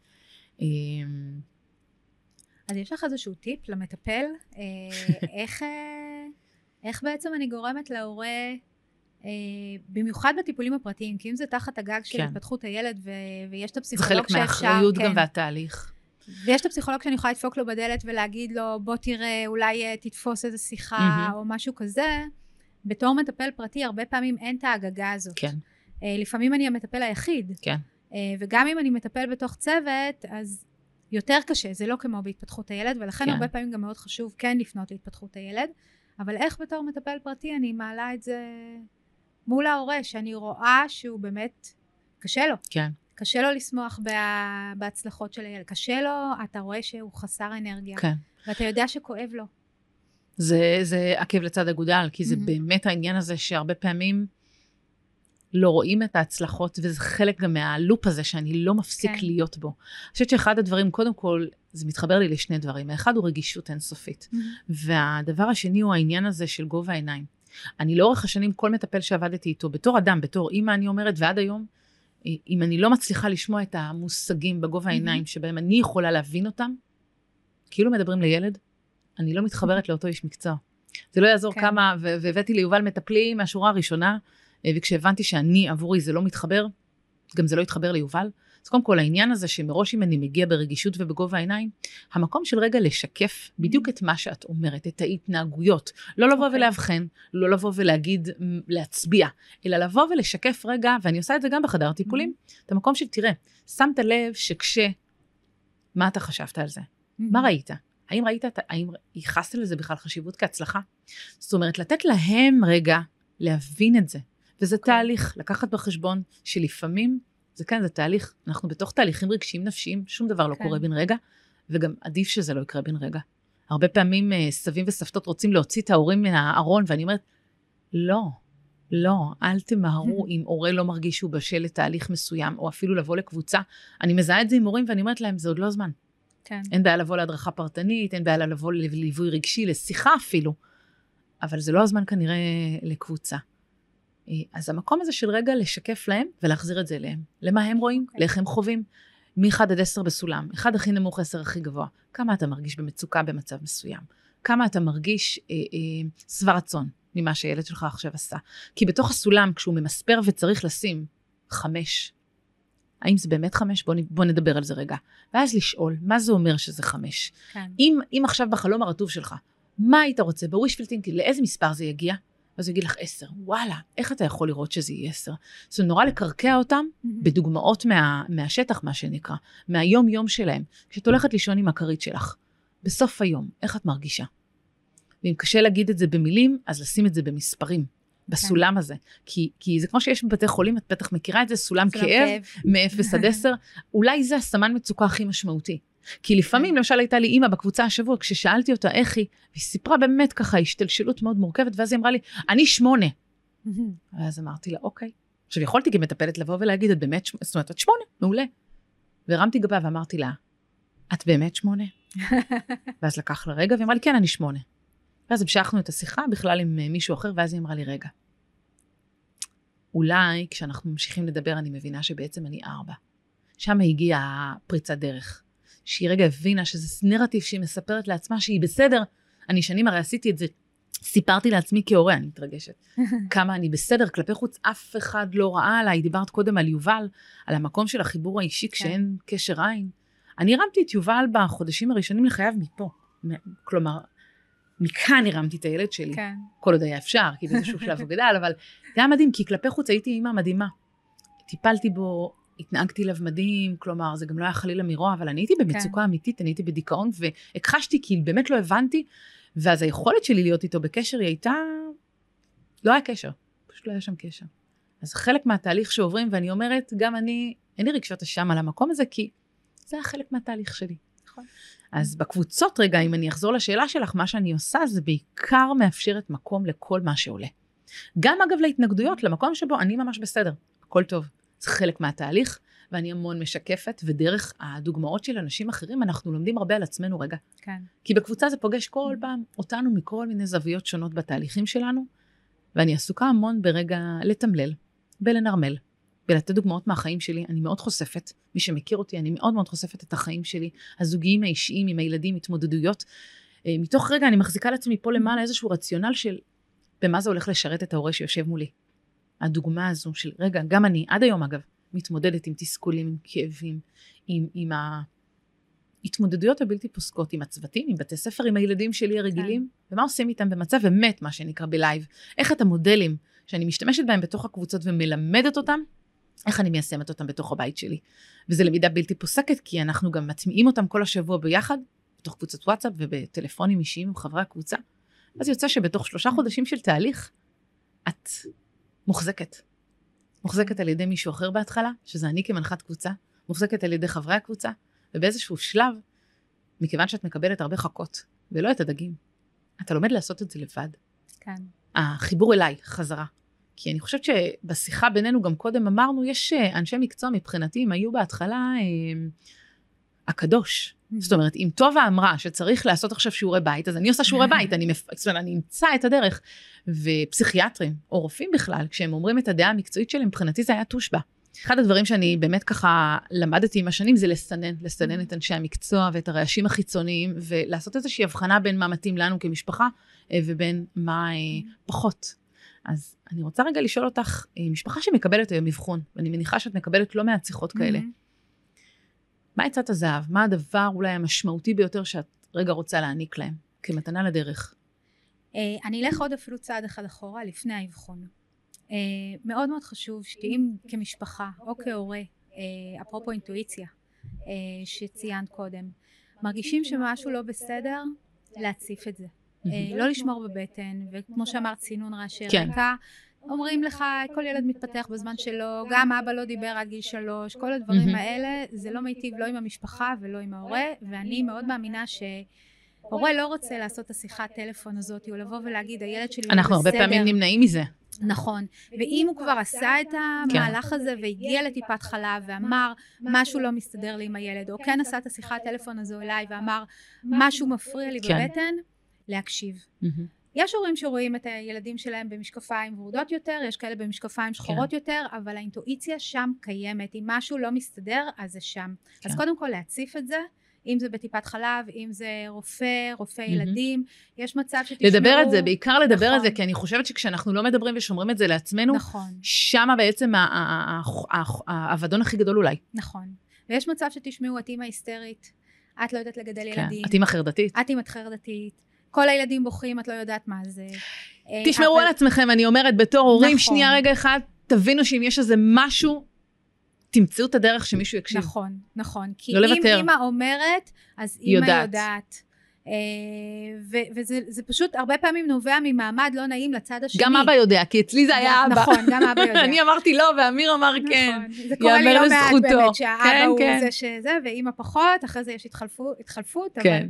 אז יש לך איזשהו טיפ למטפל, איך, איך בעצם אני גורמת להורה, במיוחד בטיפולים הפרטיים, כי אם זה תחת הגג של כן. התפתחות הילד, ו, ויש את זה הפסיכולוג חלק שאפשר, מהאחריות כן. גם והתהליך. ויש את הפסיכולוג שאני יכולה לדפוק לו בדלת ולהגיד לו, בוא תראה, אולי תתפוס איזו שיחה Mm-hmm. או משהו כזה. בתור מטפל פרטי, הרבה פעמים אין את ההגגה הזאת. כן. לפעמים אני המטפל היחיד. כן. וגם אם אני מטפל בתוך צוות, אז יותר קשה, זה לא כמו בהתפתחות הילד, ולכן כן. הרבה פעמים גם מאוד חשוב כן לפנות להתפתחות הילד. אבל איך בתור מטפל פרטי אני מעלה את זה מול ההורה, שאני רואה שהוא באמת קשה לו. כן. קשה לו לשמוח בה, בהצלחות של הילד, קשה לו, אתה רואה שהוא חסר אנרגיה, כן. ואתה יודע שכואב לו. זה, זה עקב לצד אגודל, כי זה mm-hmm. באמת העניין הזה שהרבה פעמים לא רואים את ההצלחות, וזה חלק גם מהלופ הזה שאני לא מפסיק כן. להיות בו. אני חושבת שאחד הדברים, קודם כל, זה מתחבר לי לשני דברים. האחד הוא רגישות אינסופית, mm-hmm. והדבר השני הוא העניין הזה של גובה העיניים. אני לאורך השנים, כל מטפל שעבדתי איתו, בתור אדם, בתור אימא, אני אומרת, ועד היום, אם אני לא מצליחה לשמוע את המושגים בגובה העיניים, שבהם אני יכולה להבין אותם, כאילו מדברים לילד, אני לא מתחברת לאותו איש מקצוע. זה לא יעזור כמה, והבאתי ליובל מטפלים מהשורה הראשונה, וכשהבנתי שאני עבורי זה לא מתחבר, גם זה לא יתחבר ליובל, אז קודם כל, העניין הזה שמראש אם אני מגיע ברגישות ובגובה העיניים, המקום של רגע לשקף בדיוק את מה שאת אומרת, את ההתנהגויות. לא לבוא okay. ולהבחן, לא לבוא ולהגיד, להצביע, אלא לבוא ולשקף רגע, ואני עושה את זה גם בחדר טיפולים, mm-hmm. את המקום של, תראה, שמת לב שכש... מה אתה חשבת על זה? Mm-hmm. מה ראית? האם ראית, האם ייחסת לזה בכלל חשיבות כהצלחה? זאת אומרת, לתת להם רגע להבין את זה. וזה okay. תהליך, לקחת בחשבון שלפעמים, זה כן, זה תהליך, אנחנו בתוך תהליכים רגשיים נפשיים, שום דבר לא okay. קורה בין רגע, וגם עדיף שזה לא יקרה בין רגע. הרבה פעמים סבים וסבתות רוצים להוציא את ההורים מהארון, ואני אומרת, לא, לא, אל תמהרו אם הורה לא מרגיש שהוא בשל לתהליך מסוים, או אפילו לבוא לקבוצה. אני מזהה את זה עם הורים, ואני אומרת להם, זה עוד לא הזמן. כן. אין בעיה לבוא להדרכה פרטנית, אין בעיה לבוא לליווי רגשי, לשיחה אפילו, אבל זה לא הזמן כנראה לקבוצה. אז המקום הזה של רגע לשקף להם, ולהחזיר את זה אליהם. למה הם רואים? Okay. לאיך הם חווים? מ-אחד עד עשר בסולם. אחד הכי נמוך, עשר הכי גבוה. כמה אתה מרגיש במצוקה במצב מסוים? כמה אתה מרגיש אה, אה, סבר רצון ממה שהילד שלך עכשיו עשה? כי בתוך הסולם, כשהוא ממספר וצריך לשים חמש, האם זה באמת חמש? בוא, בוא נדבר על זה רגע. ואז לשאול, מה זה אומר שזה חמש? כן. אם, אם עכשיו בחלום הרטוב שלך, מה היית רוצה? בווישפול טינקינג, לאיזה מספר זה יגיע? אז הוא יגיד לך עשר. וואלה, איך אתה יכול לראות שזה יהיה עשר? זה נורא לקרקע אותם mm-hmm. בדוגמאות מה, מהשטח, מה שנקרא, מהיום יום שלהם. כשאת הולכת לישון עם הכרית שלך, בסוף היום, איך את מרגישה? ואם קשה להגיד את זה במילים, אז לשים את זה במספרים, בסולם הזה. כי, כי זה כמו שיש בבתי חולים, את בטח מכירה את זה, סולם כאב, מ-אפס עד עשר, אולי זה הסמן מצוקה הכי משמעותי. כי לפעמים, למשל, הייתה לי אימא בקבוצה השבוע, כששאלתי אותה איך היא, והיא סיפרה באמת ככה, השתלשלות מאוד מורכבת, ואז היא אמרה לי, אני שמונה. ואז אמרתי לה, אוקיי. עכשיו, יכולתי כמטפלת לבוא ולהגיד, את באמת, זאת אומרת, את שמונה, מעולה. והרמתי גבה ואמרתי לה, את באמת שמונה? ואז לקח לה רגע, והיא אמרה לי, כן, אני שמונה. ואז המשכנו את השיחה בכלל עם מישהו אחר, ואז היא אמרה לי, רגע. אולי, כשאנחנו ממשיכים לדבר, אני מבינה שבעצם אני ארבע. שם הגיעה פריצת דרך. שהיא רגע הבינה שזה נרטיב שהיא מספרת לעצמה שהיא בסדר. אני שנים הרי עשיתי את זה, סיפרתי לעצמי כהורה, אני מתרגשת. כמה אני בסדר, כלפי חוץ אף אחד לא ראה עליי, דיברת קודם על יובל, על המקום של החיבור האישי כשאין קשר עין. אני הרמתי את יובל בחודשים הראשונים לחייו מפה. כלומר, מכאן הרמתי את הילד שלי. כן. כל עוד היה אפשר, כי באיזשהו שלב הוא גדל, אבל זה היה מדהים, כי כלפי חוץ הייתי אימא מדהימה. טיפלתי בו, התנהגתי אליו מדהים, כלומר, זה גם לא היה חלילה מרוע, אבל אני הייתי במצוקה אמיתית, אני הייתי בדיכאון, והכחשתי, כי באמת לא הבנתי, ואז היכולת שלי להיות איתו בקשר, היא הייתה, לא היה קשר, פשוט לא היה שם קשר. אז חלק מהתהליך שעוברים, ואני אומרת, גם אני, אין לי רגשות אשם על המקום הזה, כי זה היה חלק מהתהליך שלי. נכון. אז בקבוצות רגע, אם אני אחזור לשאלה שלך, מה שאני עושה, זה בעיקר מאפשרת מקום לכל מה שעולה. גם אגב להתנגדויות, למקום שבו אני ממש בסדר, הכל טוב. זה חלק מהתהליך, ואני המון משקפת, ודרך הדוגמאות של אנשים אחרים, אנחנו לומדים הרבה על עצמנו רגע. כן. כי בקבוצה זה פוגש כל פעם אותנו מכל מיני זוויות שונות בתהליכים שלנו, ואני עסוקה המון ברגע לתמלל, בלנרמל, בלתת דוגמאות מהחיים שלי. אני מאוד חושפת, מי שמכיר אותי, אני מאוד מאוד חושפת את החיים שלי, הזוגיים, האישיים, עם הילדים, התמודדויות. מתוך רגע אני מחזיקה לעצמי פה למעלה איזשהו רציונל של במה זה הולך לשרת את ההורה שיושב מולי. הדוגמה הזו של, רגע, גם אני, עד היום אגב, מתמודדת עם תסכולים, עם כאבים, עם, עם ההתמודדויות הבלתי פוסקות, עם הצוותים, עם בתי ספר, עם הילדים שלי הרגילים, כן. ומה עושים איתם במצב אמת, מה שנקרא בלייב, איך את המודלים שאני משתמשת בהם בתוך הקבוצות ומלמדת אותם, איך אני מיישמת אותם בתוך הבית שלי. וזה למידה בלתי פוסקת, כי אנחנו גם מטמיעים אותם כל השבוע ביחד, בתוך קבוצת וואטסאפ ובטלפונים אישיים עם חברי הקבוצה. אז יוצא שבתוך שלושה חודשים של תהליך, את מוחזקת. מוחזקת על ידי מישהו אחר בהתחלה, שזה אני כמנחת קבוצה, מוחזקת על ידי חברי הקבוצה, ובאיזשהו שלב, מכיוון שאת מקבלת הרבה חכות, ולא את הדגים, אתה לומד לעשות את זה לבד. כן. החיבור אליי, חזרה. כי אני חושבת שבשיחה בינינו גם קודם אמרנו, יש אנשי מקצוע מבחינתי, הם היו בהתחלה אה, הקדוש. זאת אומרת, אם טובה אמרה שצריך לעשות עכשיו שיעורי בית, אז אני עושה שיעורי בית, אני, מפ... זאת אומרת, אני אמצא את הדרך. ופסיכיאטרים, או רופאים בכלל, כשהם אומרים את הדעה המקצועית שלי, מבחינתי זה היה תושבה. אחד הדברים שאני באמת ככה למדתי עם השנים, זה לסנן, לסנן את אנשי המקצוע ואת הרעשים החיצוניים, ולעשות איזושהי הבחנה בין מה מתאים לנו כמשפחה, ובין מה פחות. אז אני רוצה רגע לשאול אותך, משפחה שמקבלת היום מבחון, ואני מניחה שאת מקבלת לא מעט שיחות כאלה, מה עצת הזהב? מה הדבר אולי המשמעותי ביותר שאת רגע רוצה להעניק להם, כמתנה לדרך? אני אלך עוד אפילו צעד אחד אחורה, לפני האבחון. מאוד מאוד חשוב שאם כמשפחה או כהורה, אפרופו אינטואיציה, שציינת קודם, מרגישים שמשהו לא בסדר, להציף את זה. לא לשמור בבטן, וכמו שאמרת, צינון רעשי רקע, אומרים לך, כל ילד מתפתח בזמן שלו, גם אבא לא דיבר עד גיל שלוש, כל הדברים האלה, זה לא מיטיב לא עם המשפחה ולא עם ההורה, ואני מאוד מאמינה שהורה לא רוצה לעשות את השיחת טלפון הזאת, או לבוא ולהגיד, הילד שלי לא בסדר. אנחנו הרבה פעמים נמנעים מזה. נכון, ואם הוא כבר עשה את המהלך הזה והגיע לטיפת חלב ואמר משהו לא מסתדר לי עם הילד, או כן עשה את השיחת טלפון הזו אליי ואמר משהו מפריע לי בבטן, להקשיב. יש הורים שרואים את הילדים שלהם במשקפיים ורודות יותר, יש כאלה במשקפיים שחורות יותר, אבל האינטואיציה שם קיימת. אם משהו לא מסתדר, אז זה שם. אז קודם כל להציף את זה, אם זה בטיפת חלב, אם זה רופא, רופא ילדים, יש מצב שתשמעו... לדבר את זה, בעיקר לדבר את זה, כי אני חושבת שכשאנחנו לא מדברים ושומרים את זה לעצמנו, שמה בעצם האבדון הכי גדול אולי. נכון. ויש מצב שתשמעו, את אימא היסטרית, את לא יודעת לגדל ילדים. את אימא חרדתית. את אימא חרדתית. כל הילדים בוכים, את לא יודעת מה זה. תשמרו על עצמכם, אני אומרת, בתור הורים, שנייה רגע אחד, תבינו שאם יש איזה משהו, תמצאו את הדרך שמישהו יקשיב. נכון, נכון. כי אם אמא אומרת, אז אמא יודעת. וזה פשוט הרבה פעמים נובע ממעמד לא נעים לצד השני. גם אבא יודע, כי אצלי זה היה אבא. נכון, גם אבא יודע. אני אמרתי לא, ואמיר אמר כן. זה קורה לי לא מעט באמת, שהאבא הוא זה שזה, ואמא פחות, אחרי זה יש התחלפות, אבל...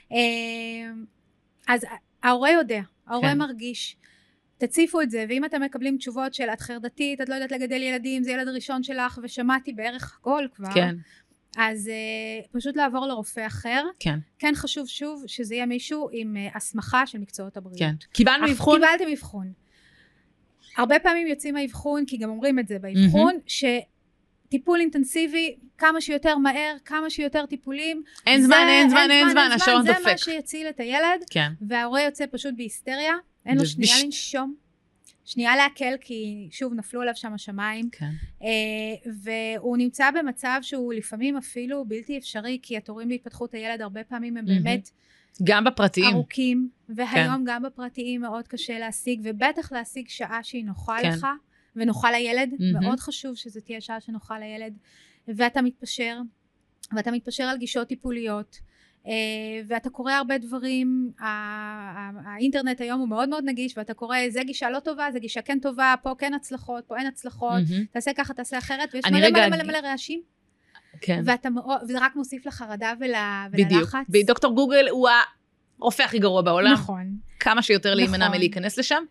אז ההורה יודע, ההורה מרגיש, תציפו את זה, ואם אתם מקבלים תשובות של את חרדתית, את לא יודעת לגדל ילדים, זה ילד הראשון שלך, ושמעתי בערך הכל כבר, כן. אז uh, פשוט לעבור לרופא אחר, כן. כן חשוב שוב שזה יהיה מישהו עם uh, הסמכה של מקצועות הבריאות. כן. קיבלנו אבחון? קיבלתם אבחון. הרבה פעמים יוצאים מהאבחון, כי גם אומרים את זה באבחון, mm-hmm. ש... טיפול אינטנסיבי, כמה שיותר מהר, כמה שיותר טיפולים. אין זמן, אין זמן, אין זמן, השעון דופק. זה מה שיציל את הילד, וההורה יוצא פשוט בהיסטריה, אין לו שנייה לנשום, שנייה להקל, כי שוב נפלו עליו שם השמיים, והוא נמצא במצב שהוא לפעמים אפילו בלתי אפשרי, כי התורים להתפתחות הילד הרבה פעמים הם באמת גם בפרטיים. ארוכים, והיום גם בפרטיים מאוד קשה להשיג, ובטח להשיג שעה שהיא נוחה לך, ונוכל לילד, mm-hmm. מאוד חשוב שזה תהיה שעה שנוכל לילד, ואתה מתפשר, ואתה מתפשר על גישות טיפוליות, ואתה קורא הרבה דברים, האינטרנט היום הוא מאוד מאוד נגיש, ואתה קורא, זה גישה לא טובה, זה גישה כן טובה, פה כן הצלחות, פה אין הצלחות, mm-hmm. תעשה ככה, תעשה אחרת, ויש מלא מלא מלא מלא רעשים, כן. ואתה, וזה רק מוסיף לחרדה ול, וללחץ. בדיוק, דוקטור גוגל הוא הרופא הכי גרוע בעולם, נכון. כמה שיותר נכון. להימנע מלהיכנס לשם,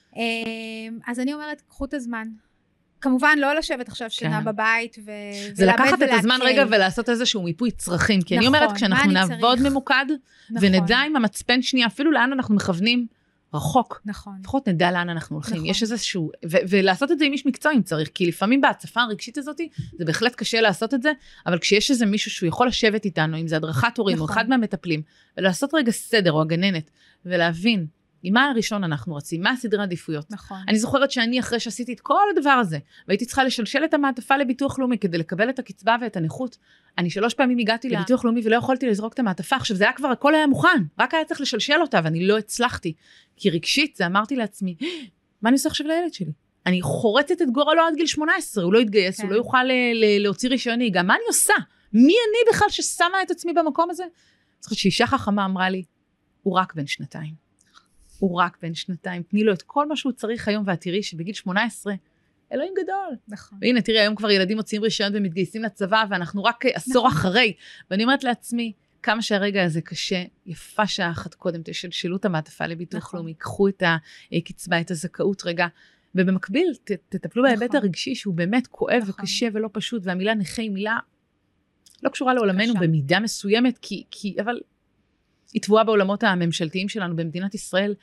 אז אני אומרת, קחו את הזמן. כמובן, לא לשבת עכשיו שינה בבית ו... זה לקחת את הזמן רגע ולעשות איזשהו מיפוי צרכים. כי אני אומרת, כשאנחנו נעבוד ממוקד, ונדע עם המצפן שנייה, אפילו לאן אנחנו מכוונים רחוק. נכון. לפחות נדע לאן אנחנו הולכים. יש איזשהו... ולעשות את זה עם איש מקצוע אם צריך, כי לפעמים בהצפה הרגשית הזאת, זה בהחלט קשה לעשות את זה, אבל כשיש איזה מישהו שהוא יכול לשבת איתנו, אם זה הדרכת הורים או אחד מהמטפלים, ולעשות רגע סדר או הגננת, ולהבין עם מה הראשון אנחנו רצים, מה הסדרי עדיפויות. נכון. אני זוכרת שאני אחרי שעשיתי את כל הדבר הזה, והייתי צריכה לשלשל את המעטפה לביטוח לאומי, כדי לקבל את הקצבה ואת הנכות, אני שלוש פעמים הגעתי yeah. לביטוח לאומי, ולא יכולתי לזרוק את המעטפה, עכשיו זה היה כבר, הכל היה מוכן, רק היה צריך לשלשל אותה, ואני לא הצלחתי, כי רגשית, זה אמרתי לעצמי, מה אני עושה עכשיו לילד שלי? אני חורצת את גורלו עד גיל שמונה עשרה, הוא לא יתגייס, כן. הוא לא יוכל להוציא רישיון נהיגה, מה אני עושה? מי אני בכלל ששמה את עצמי במקום הזה? זאת שאישה חכמה אמרה לי, הוא רק בן שנתיים. הוא רק בן שנתיים, תני לו את כל מה שהוא צריך היום, ואת תראי שבגיל שמונה עשרה, אלוהים גדול. נכון. והנה, תראי, היום כבר ילדים מוציאים רישיון ומתגייסים לצבא, ואנחנו רק עשור נכון. אחרי. ואני אומרת לעצמי, כמה שהרגע הזה קשה, יפה שעה אחת קודם, תשלשלו את המעטפה לביטוח נכון. לאומי, קחו את הקצבה, את הזכאות רגע, ובמקביל, ת, תטפלו נכון. בהיבט הרגשי, שהוא באמת כואב נכון. וקשה ולא פשוט, והמילה נכה היא מילה לא קשורה לעולמנו במידה מסוימת, כי, כי, אבל היא תבואה בעולמות הממשלתיים שלנו במדינת ישראל.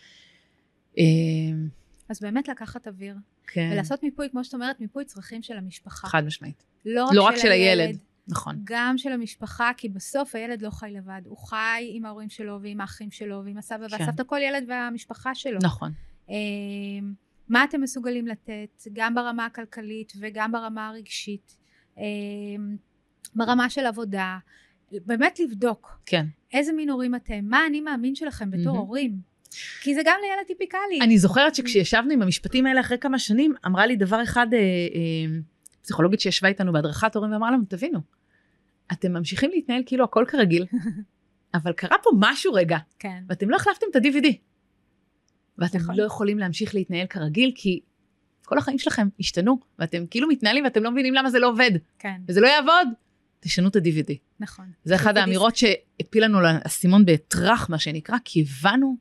אז באמת לקחת אוויר, כן. ולעשות מיפוי, כמו שאת אומרת, מיפוי צרכים של המשפחה. חד משמעית. לא, לא רק של, של הילד, הילד, נכון. גם של המשפחה, כי בסוף הילד לא חי לבד, הוא חי עם ההורים שלו, ועם האחים שלו, ועם הסבא כן. והסבתא, כל ילד והמשפחה שלו. נכון. מה אתם מסוגלים לתת, גם ברמה הכלכלית, וגם ברמה הרגשית. ברמה של עבודה, באמת לבדוק. כן. איזה מין הורים אתם, מה אני מאמין שלכם בתור Mm-hmm. הורים. כי זה גם לילד טיפיקלי. אני זוכרת שכשישבנו עם המשפטים האלה אחרי כמה שנים, אמרה לי דבר אחד, אה, אה, פסיכולוגית שישבה איתנו בהדרכת הורים, ואמרה לנו, תבינו, אתם ממשיכים להתנהל כאילו הכל כרגיל, אבל קרה פה משהו רגע, כן. ואתם לא החלפתם את ה-די וי די, ואתם נכון. לא יכולים להמשיך להתנהל כרגיל, כי כל החיים שלכם השתנו, ואתם כאילו מתנהלים, ואתם לא מבינים למה זה לא עובד, כן. וזה לא יעבוד, תשנו את ה-די וי די. נכון. זה אחד האמירות שהפיל לנו לאסימון בהטרח, מה שנקרא, כי הבנו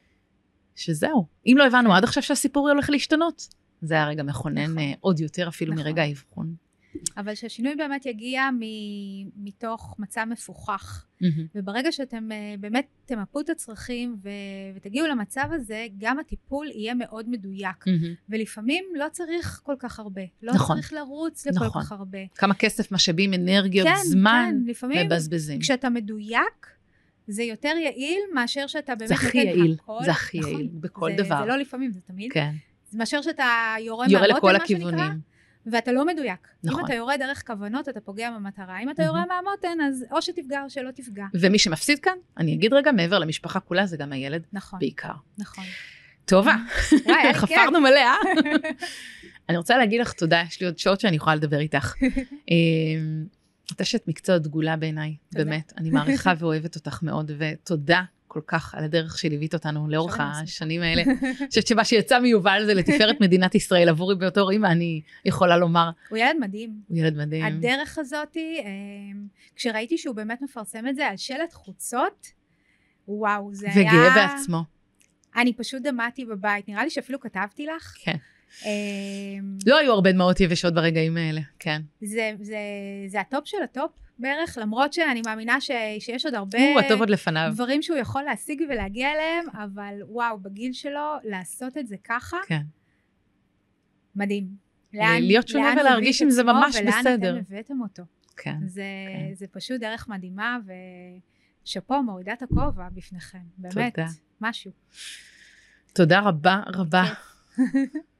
שזהו. אם לא הבנו עד עכשיו שהסיפור הולך להשתנות, זה היה רגע מכונן נכון. עוד יותר אפילו נכון. מרגע האבחון. אבל שהשינוי באמת יגיע מ- מתוך מצב מפוכח. וברגע שאתם uh, באמת תמפו את הצרכים ו- ותגיעו למצב הזה, גם הטיפול יהיה מאוד מדויק. ולפעמים לא צריך כל כך הרבה. לא נכון. צריך לרוץ לכל נכון. כך הרבה. כמה כסף, משאבים, אנרגיות, כן, זמן, כן, לפעמים מבזבזים. כשאתה מדויק, זה יותר יעיל מאשר שאתה באמת זה הכי נותן יעיל, הכל. זה הכי נכון. יעיל, בכל זה, דבר. זה לא לפעמים, זה תמיד. כן. זה מאשר שאתה יורה יורה מהמותן, לכל מה שנקרא, הכיוונים. ואתה לא מדויק. נכון. אם אתה יורה דרך כוונות, אתה פוגע במטרה. אם אתה יורה מהמותן, אז או שתפגע או שלא תפגע. ומי שמפסיד כאן, אני אגיד רגע, מעבר למשפחה כולה, זה גם הילד נכון. בעיקר. נכון. טובה. וואי, היה לי כיף. חפרנו מלא, אה? אני רוצה להגיד לך תודה, יש לי עוד שעות שאני יכולה לדבר איתך. את אשת מקצוע דגולה בעיניי, באמת. אני מעריכה ואוהבת אותך מאוד, ותודה כל כך על הדרך שליווית אותנו לאורך השנים האלה. אני חושבת שמה שיצא מיובל זה לתפארת מדינת ישראל, עבורי באותו רימה, אני יכולה לומר. הוא ילד מדהים. הוא ילד מדהים. הדרך הזאת, כשראיתי שהוא באמת מפרסם את זה על שלט חוצות, וואו, זה היה... וגאה בעצמו. אני פשוט דמעתי בבית, נראה לי שאפילו כתבתי לך. כן. לא היו הרבה דמעות יבשות ברגעים האלה, כן. זה, זה, זה הטופ של הטופ בערך, למרות שאני מאמינה ש, שיש עוד הרבה הוא הטוב עוד לפניו. דברים שהוא יכול להשיג ולהגיע אליהם, אבל וואו, בגיל שלו, לעשות את זה ככה, כן. מדהים. לאן, להיות שונה ולהרגיש אם זה ממש ולאן בסדר. ולאן אתם הבאתם אותו. כן. זה, כן. זה פשוט דרך מדהימה, ושפה מורידת הכובע בפניכם. באמת, תודה. משהו. תודה רבה רבה.